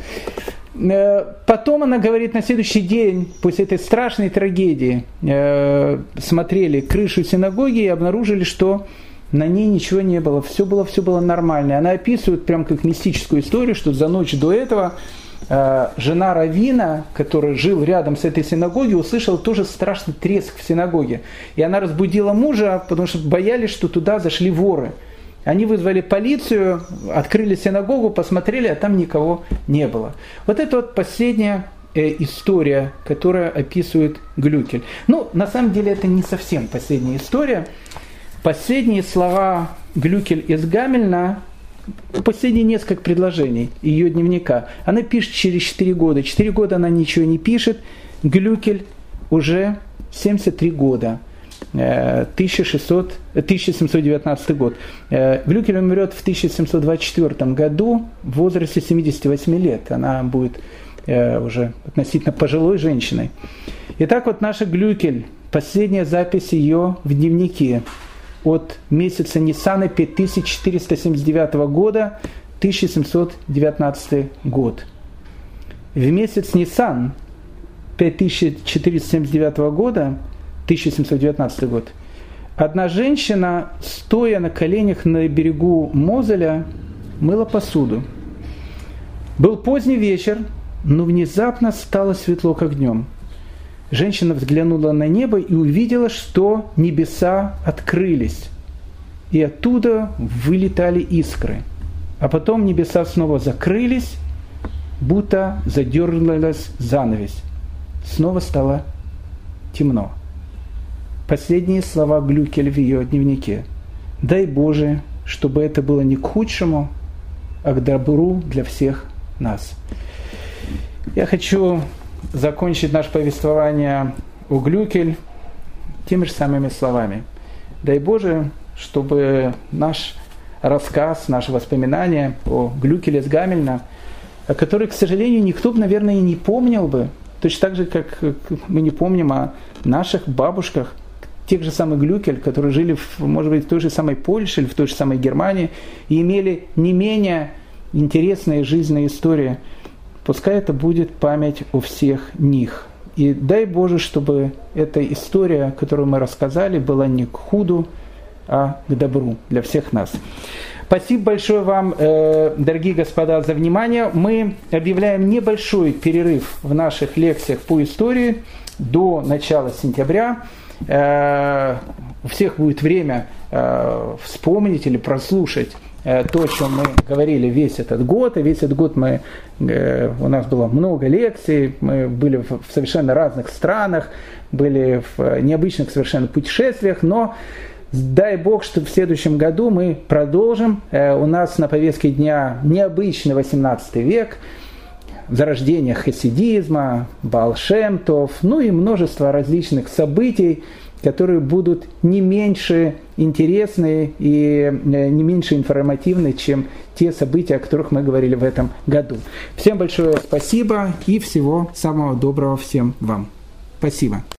Потом она говорит, на следующий день, после этой страшной трагедии, смотрели крышу синагоги и обнаружили, что на ней ничего не было, все было нормально. Она описывает прям как мистическую историю, что за ночь до этого жена раввина, который жил рядом с этой синагогой, услышала тоже страшный треск в синагоге. И она разбудила мужа, потому что боялись, что туда зашли воры. Они вызвали полицию, открыли синагогу, посмотрели, а там никого не было. Вот это вот последняя история, которая описывает Глюкель. Ну, на самом деле, это не совсем последняя история. Последние слова Глюкель из Гамельна, последние несколько предложений ее дневника, она пишет через 4 года. 4 года она ничего не пишет. Глюкель уже 73 года. 1719 год. Глюкель умрет в 1724 году в возрасте 78 лет. Она будет уже относительно пожилой женщиной. Итак, вот наша Глюкель, последняя запись ее в дневнике от месяца Ниссана 5479 года, 1719 год. В месяц Ниссан 5479 года, 1719 год, одна женщина, стоя на коленях на берегу Мозеля, мыла посуду. Был поздний вечер, но внезапно стало светло, как днем. Женщина взглянула на небо и увидела, что небеса открылись, и оттуда вылетали искры. А потом небеса снова закрылись, будто задернулась занавесь. Снова стало темно. Последние слова Глюкель в ее дневнике. «Дай Боже, чтобы это было не к худшему, а к добру для всех нас». Я хочу закончить наше повествование о Глюкель теми же самыми словами. Дай Боже, чтобы наш рассказ, наши воспоминания о Глюкеле с Гамельна, о которой, к сожалению, никто бы, наверное, и не помнил бы, точно так же, как мы не помним о наших бабушках, тех же самых Глюкель, которые жили, может быть, в той же самой Польше или в той же самой Германии и имели не менее интересные жизненные истории. Пускай это будет память о всех них. И дай Боже, чтобы эта история, которую мы рассказали, была не к худу, а к добру для всех нас. Спасибо большое вам, дорогие господа, за внимание. Мы объявляем небольшой перерыв в наших лекциях по истории до начала сентября. У всех будет время вспомнить или прослушать то, о чем мы говорили весь этот год. И весь этот год у нас было много лекций, мы были в совершенно разных странах, были в необычных совершенно путешествиях, но дай Бог, что в следующем году мы продолжим. У нас на повестке дня необычный 18 век, зарождение хасидизма, Баал Шем Тов, ну и множество различных событий, которые будут не меньше интересны и не меньше информативны, чем те события, о которых мы говорили в этом году. Всем большое спасибо и всего самого доброго всем вам. Спасибо.